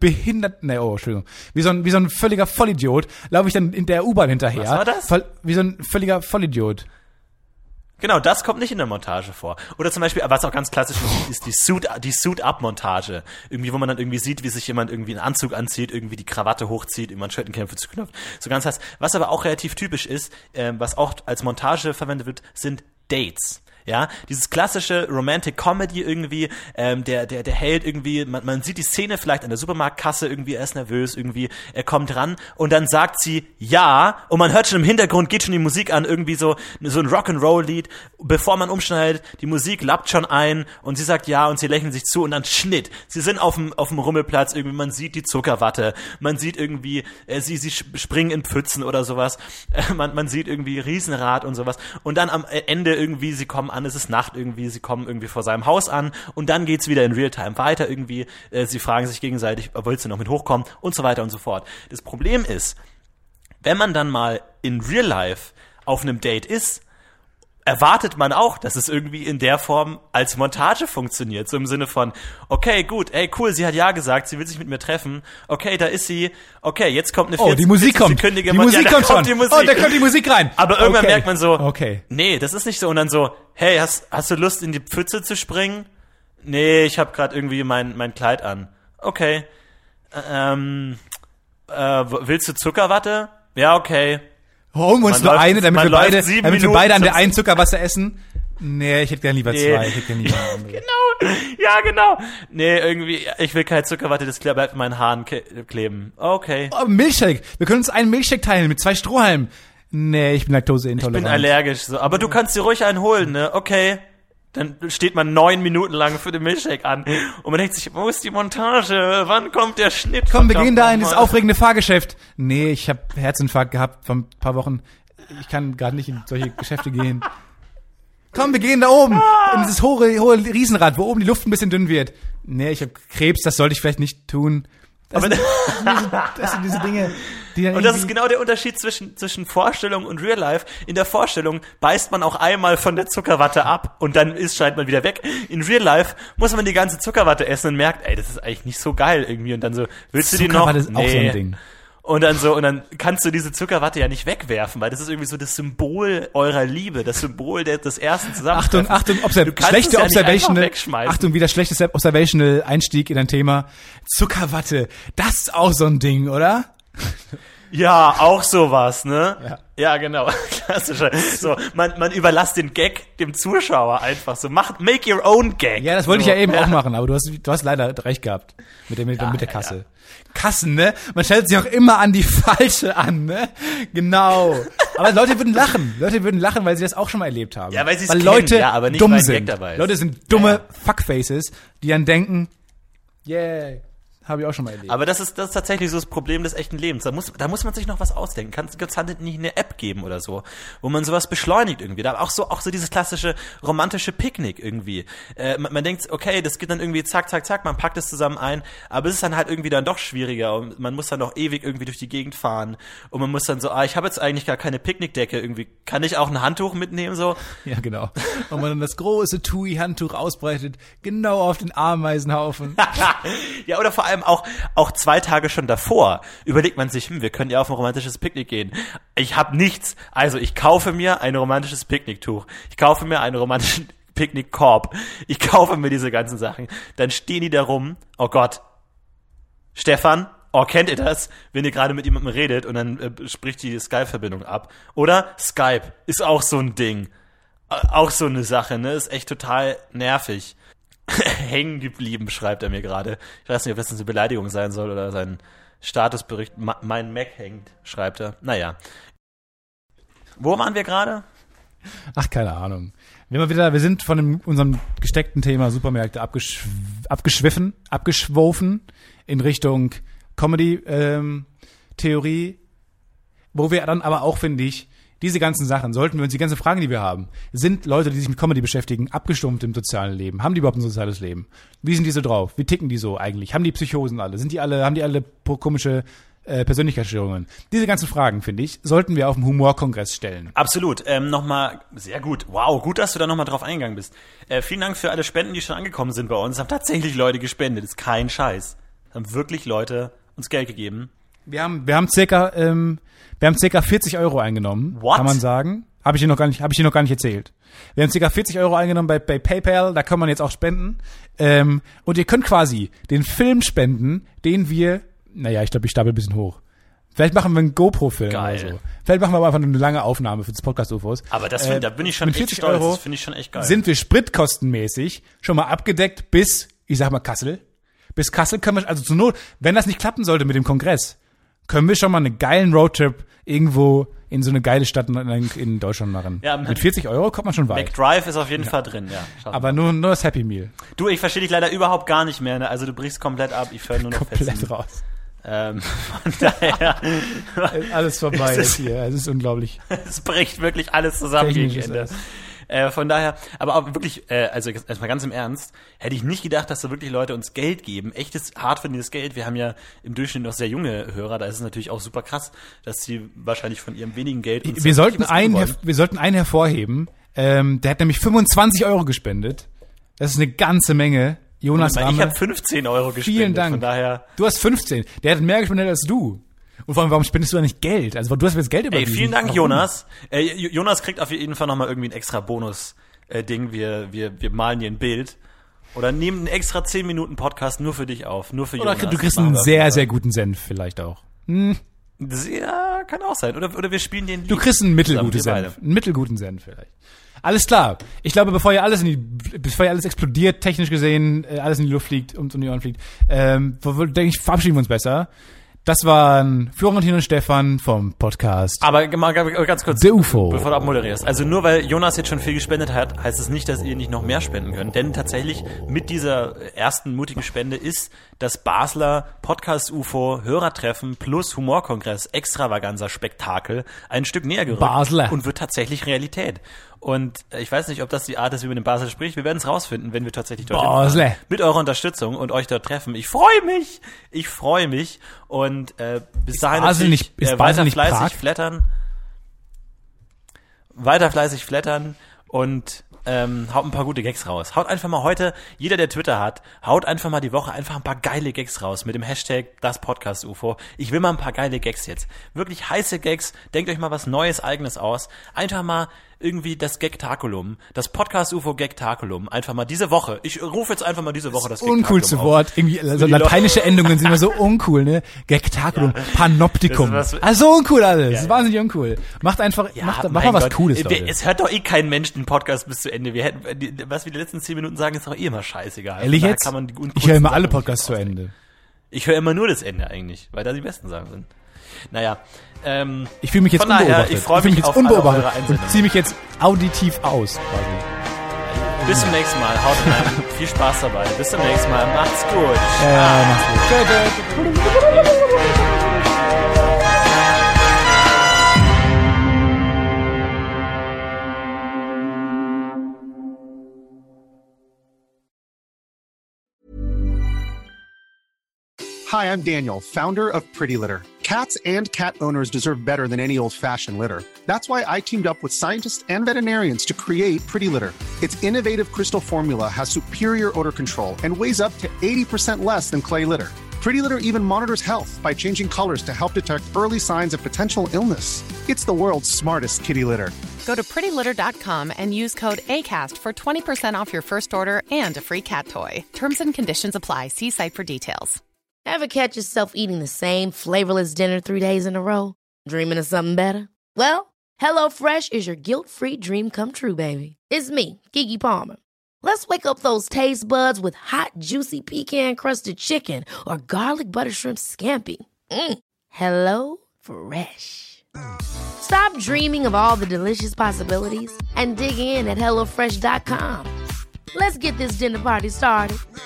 B: wie so ein völliger Vollidiot laufe ich dann in der U-Bahn hinterher.
A: Was war das?
B: Wie so ein völliger Vollidiot.
A: Genau, das kommt nicht in der Montage vor. Oder zum Beispiel, was auch ganz klassisch ist, die Suit-Up-Montage. Irgendwie, wo man dann irgendwie sieht, wie sich jemand irgendwie einen Anzug anzieht, irgendwie die Krawatte hochzieht, irgendwann Schöttenkämpfe zu knöpft. So ganz heißt, was aber auch relativ typisch ist, was auch als Montage verwendet wird, sind Dates. Ja, dieses klassische Romantic Comedy irgendwie, der Held irgendwie, man sieht die Szene vielleicht an der Supermarktkasse irgendwie, er ist nervös irgendwie, er kommt ran und dann sagt sie ja und man hört schon im Hintergrund, geht schon die Musik an, irgendwie so ein Rock'n'Roll-Lied, bevor man umschneidet, die Musik lappt schon ein und sie sagt ja und sie lächeln sich zu und dann Schnitt. Sie sind auf dem Rummelplatz irgendwie, man sieht die Zuckerwatte, man sieht irgendwie, sie springen in Pfützen oder sowas, man sieht irgendwie Riesenrad und sowas und dann am Ende irgendwie, sie kommen an, es ist Nacht irgendwie, sie kommen irgendwie vor seinem Haus an und dann geht's wieder in Realtime weiter irgendwie, sie fragen sich gegenseitig, willst du noch mit hochkommen und so weiter und so fort. Das Problem ist, wenn man dann mal in Real Life auf einem Date ist, erwartet man auch, dass es irgendwie in der Form als Montage funktioniert. So im Sinne von, okay, gut, ey, cool, sie hat ja gesagt, sie will sich mit mir treffen. Okay, da ist sie. Okay, jetzt kommt eine 40,
B: die Musik kommt. Die Musik kommt schon. Oh, da kommt die Musik rein.
A: Aber irgendwann merkt man so, nee, das ist nicht so. Und dann so, hey, hast du Lust, in die Pfütze zu springen? Nee, ich habe gerade irgendwie mein Kleid an. Okay. Willst du Zuckerwatte? Ja, okay.
B: Holen wir uns nur eine, damit wir beide an der einen Zuckerwasser essen? Nee, ich hätte gern lieber zwei. Ich hätte gern lieber andere.
A: Genau. Ja, genau. Nee, irgendwie, ich will keine Zuckerwatte, das bleibt in meinen Haaren kleben. Okay.
B: Oh, Milchshake. Wir können uns einen Milchshake teilen mit 2 Strohhalmen. Nee, ich bin laktoseintolerant.
A: Ich bin allergisch, so. Aber du kannst dir ruhig einen holen, ne? Okay. Dann steht man 9 Minuten lang für den Milchshake an. Und man denkt sich, wo ist die Montage? Wann kommt der Schnitt?
B: Komm, wir gehen da in das aufregende Fahrgeschäft. Nee, ich habe Herzinfarkt gehabt vor ein paar Wochen. Ich kann gerade nicht in solche Geschäfte gehen. Komm, wir gehen da oben. In dieses hohe Riesenrad, wo oben die Luft ein bisschen dünn wird. Nee, ich habe Krebs, das sollte ich vielleicht nicht tun. Das sind diese Dinge, die dann.
A: Und das ist genau der Unterschied zwischen Vorstellung und Real Life. In der Vorstellung beißt man auch einmal von der Zuckerwatte ab und dann scheint man wieder weg. In Real Life muss man die ganze Zuckerwatte essen und merkt, ey, das ist eigentlich nicht so geil irgendwie. Und dann so, willst du die noch?
B: Zuckerwatte ist auch so ein Ding.
A: Und dann kannst du diese Zuckerwatte ja nicht wegwerfen, weil das ist irgendwie so das Symbol eurer Liebe, das Symbol des ersten Zusammentreffens.
B: Achtung, wieder schlechtes Observational Einstieg in ein Thema. Zuckerwatte, das ist auch so ein Ding, oder?
A: Ja, auch sowas, ne? Ja, genau. Klassischer. So, man überlässt den Gag dem Zuschauer einfach so. Make your own Gag.
B: Ja, das wollte ich ja eben auch machen, aber du hast leider recht gehabt mit der Kasse. Ja. Kassen, ne? Man stellt sich auch immer an die falsche an, ne? Genau. Aber Leute würden lachen, weil sie das auch schon mal erlebt haben.
A: Ja, weil sie es
B: kennen, Leute
A: aber nicht,
B: dumm
A: weil ein
B: sind.
A: Gag dabei ist.
B: Leute sind dumme Fuckfaces, die dann denken, yeah. Habe ich auch schon mal erlebt.
A: Aber das ist tatsächlich so das Problem des echten Lebens. Da muss man sich noch was ausdenken. Kann es nicht eine App geben oder so, wo man sowas beschleunigt irgendwie. Da auch so dieses klassische romantische Picknick irgendwie. Man denkt, okay, das geht dann irgendwie zack, zack, zack, man packt es zusammen ein, aber es ist dann halt irgendwie dann doch schwieriger und man muss dann noch ewig irgendwie durch die Gegend fahren und man muss dann so, ich habe jetzt eigentlich gar keine Picknickdecke irgendwie. Kann ich auch ein Handtuch mitnehmen so?
B: Ja, genau. Und man dann das große TUI-Handtuch ausbreitet, genau auf den Ameisenhaufen.
A: Ja, oder vor allem auch 2 Tage schon davor überlegt man sich, wir können ja auf ein romantisches Picknick gehen. Ich habe nichts. Also ich kaufe mir ein romantisches Picknicktuch. Ich kaufe mir einen romantischen Picknickkorb. Ich kaufe mir diese ganzen Sachen. Dann stehen die da rum. Oh Gott. Stefan, Oh, kennt ihr das? Wenn ihr gerade mit jemandem redet und dann spricht die Skype-Verbindung ab. Oder Skype ist auch so ein Ding. Auch so eine Sache, ne? Ist echt total nervig. Hängen geblieben, schreibt er mir gerade. Ich weiß nicht, ob das eine Beleidigung sein soll oder sein Statusbericht. Mein Mac hängt, schreibt er. Naja. Wo waren wir gerade?
B: Ach, keine Ahnung. Wir sind von unserem gesteckten Thema Supermärkte abgeschwofen in Richtung Comedy-Theorie, wo wir dann aber auch, finde ich, diese ganzen Sachen, sollten wir uns die ganzen Fragen, die wir haben, sind Leute, die sich mit Comedy beschäftigen, abgestumpft im sozialen Leben? Haben die überhaupt ein soziales Leben? Wie sind die so drauf? Wie ticken die so eigentlich? Haben die Psychosen alle? Haben die alle komische Persönlichkeitsstörungen? Diese ganzen Fragen, finde ich, sollten wir auf dem Humorkongress stellen.
A: Absolut. Nochmal, sehr gut. Wow, gut, dass du da nochmal drauf eingegangen bist. Vielen Dank für alle Spenden, die schon angekommen sind bei uns. Haben tatsächlich Leute gespendet. Ist kein Scheiß. Haben wirklich Leute uns Geld gegeben.
B: Wir haben circa 40 Euro eingenommen,
A: What?
B: Kann man sagen. Habe ich dir noch gar nicht erzählt. Wir haben circa 40 Euro eingenommen bei PayPal, da kann man jetzt auch spenden. Und ihr könnt quasi den Film spenden, den wir, ich glaube, ich stapel ein bisschen hoch. Vielleicht machen wir einen GoPro-Film oder so. Vielleicht machen wir aber einfach eine lange Aufnahme für das Podcast-UFOs.
A: Aber da bin ich schon echt stolz. Das finde ich schon echt geil.
B: Sind wir spritkostenmäßig schon mal abgedeckt bis, ich sag mal, Kassel. Bis Kassel können wir, also zur Not, wenn das nicht klappen sollte mit dem Kongress, können wir schon mal einen geilen Roadtrip irgendwo in so eine geile Stadt in Deutschland machen. Ja, mit 40 Euro kommt man schon weit.
A: McDrive ist auf jeden Fall drin, ja.
B: Aber nur das Happy Meal.
A: Du, ich verstehe dich leider überhaupt gar nicht mehr, ne? Also du brichst komplett ab, ich höre nur noch
B: komplett
A: Fetzen.
B: Raus.
A: Von daher.
B: Alles vorbei jetzt hier, es ist unglaublich.
A: Es bricht wirklich alles zusammen gegen Ende. Von daher, aber auch wirklich, also erstmal ganz im Ernst, hätte ich nicht gedacht, dass da wirklich Leute uns Geld geben. Echtes, hart verdientes Geld. Wir haben ja im Durchschnitt noch sehr junge Hörer, da ist es natürlich auch super krass, dass sie wahrscheinlich von ihrem wenigen Geld uns
B: wir sollten einen hervorheben, der hat nämlich 25 Euro gespendet. Das ist eine ganze Menge. Jonas Ramme.
A: Ich habe 15 Euro gespendet.
B: Vielen Dank.
A: Von daher.
B: Du hast 15. Der hat mehr gespendet als du. Und vor allem, warum spendest du da nicht Geld? Also du hast mir jetzt Geld überwiesen.
A: Vielen Dank, Jonas. Jonas kriegt auf jeden Fall nochmal irgendwie ein extra Bonus-Ding. Wir malen dir ein Bild. Oder nehmen einen extra 10 Minuten Podcast nur für dich auf. Nur für Jonas.
B: Oder du kriegst einen sehr, sehr guten Senf vielleicht auch.
A: Ja, kann auch sein. Oder wir spielen den Lied.
B: Du kriegst einen mittelguten Senf. Einen mittelguten Senf vielleicht. Alles klar. Ich glaube, bevor hier alles explodiert, technisch gesehen, alles in die Luft fliegt und um die Ohren fliegt, denke ich, verabschieden wir uns besser. Das waren Florentin und Stefan vom Podcast.
A: Aber ganz kurz,
B: The UFO.
A: Bevor du abmoderierst. Also nur weil Jonas jetzt schon viel gespendet hat, heißt es nicht, dass ihr nicht noch mehr spenden könnt. Denn tatsächlich mit dieser ersten mutigen Spende ist das Basler Podcast UFO Hörertreffen plus Humorkongress Extravaganza Spektakel ein Stück näher gerückt.
B: Basler.
A: Und wird tatsächlich Realität. Und ich weiß nicht, ob das die Art ist, wie man in Basel spricht. Wir werden es rausfinden, wenn wir tatsächlich dort fahren. Mit eurer Unterstützung und euch dort treffen. Ich freue mich. Und bis dahin weiter fleißig flattern. Weiter fleißig flattern und haut ein paar gute Gags raus. Haut einfach mal heute, jeder, der Twitter hat, haut einfach mal die Woche einfach ein paar geile Gags raus mit dem Hashtag #DasPodcastUFO. Ich will mal ein paar geile Gags jetzt. Wirklich heiße Gags. Denkt euch mal was Neues, Eigenes aus. Einfach mal irgendwie das Gagtakulum, das Podcast-UFO-Gagtakulum. Einfach mal diese Woche. Ich rufe jetzt einfach mal diese Woche das Gagtakulum
B: uncoolste Wort. Irgendwie, also lateinische Endungen sind immer so uncool, ne? Gagtakulum, ja. Panoptikum. Also uncool alles. Das ist wahnsinnig uncool. Macht einfach, mach mal was Cooles, Leute.
A: Es hört doch kein Mensch den Podcast bis zu Ende. Was wir die letzten 10 Minuten sagen, ist doch immer scheißegal.
B: Ehrlich jetzt? Ich höre immer alle Podcasts zu Ende.
A: Ich höre immer nur das Ende eigentlich, weil da die besten Sachen sind. Naja,
B: ich fühle mich jetzt unbeobachtet.
A: Ich freue mich
B: jetzt unbeobachtet und ziehe mich jetzt auditiv aus. Quasi.
A: Bis zum nächsten Mal. Haut rein. Viel Spaß dabei. Bis zum nächsten Mal. Macht's gut.
B: Macht's gut.
C: Hi, I'm Daniel, founder of Pretty Litter. Cats and cat owners deserve better than any old-fashioned litter. That's why I teamed up with scientists and veterinarians to create Pretty Litter. Its innovative crystal formula has superior odor control and weighs up to 80% less than clay litter. Pretty Litter even monitors health by changing colors to help detect early signs of potential illness. It's the world's smartest kitty litter.
D: Go to prettylitter.com and use code ACAST for 20% off your first order and a free cat toy. Terms and conditions apply. See site for details.
E: Ever catch yourself eating the same flavorless dinner 3 days in a row? Dreaming of something better? Well, HelloFresh is your guilt-free dream come true, baby. It's me, Keke Palmer. Let's wake up those taste buds with hot, juicy pecan-crusted chicken or garlic butter shrimp scampi. Hello Fresh. Stop dreaming of all the delicious possibilities and dig in at HelloFresh.com. Let's get this dinner party started.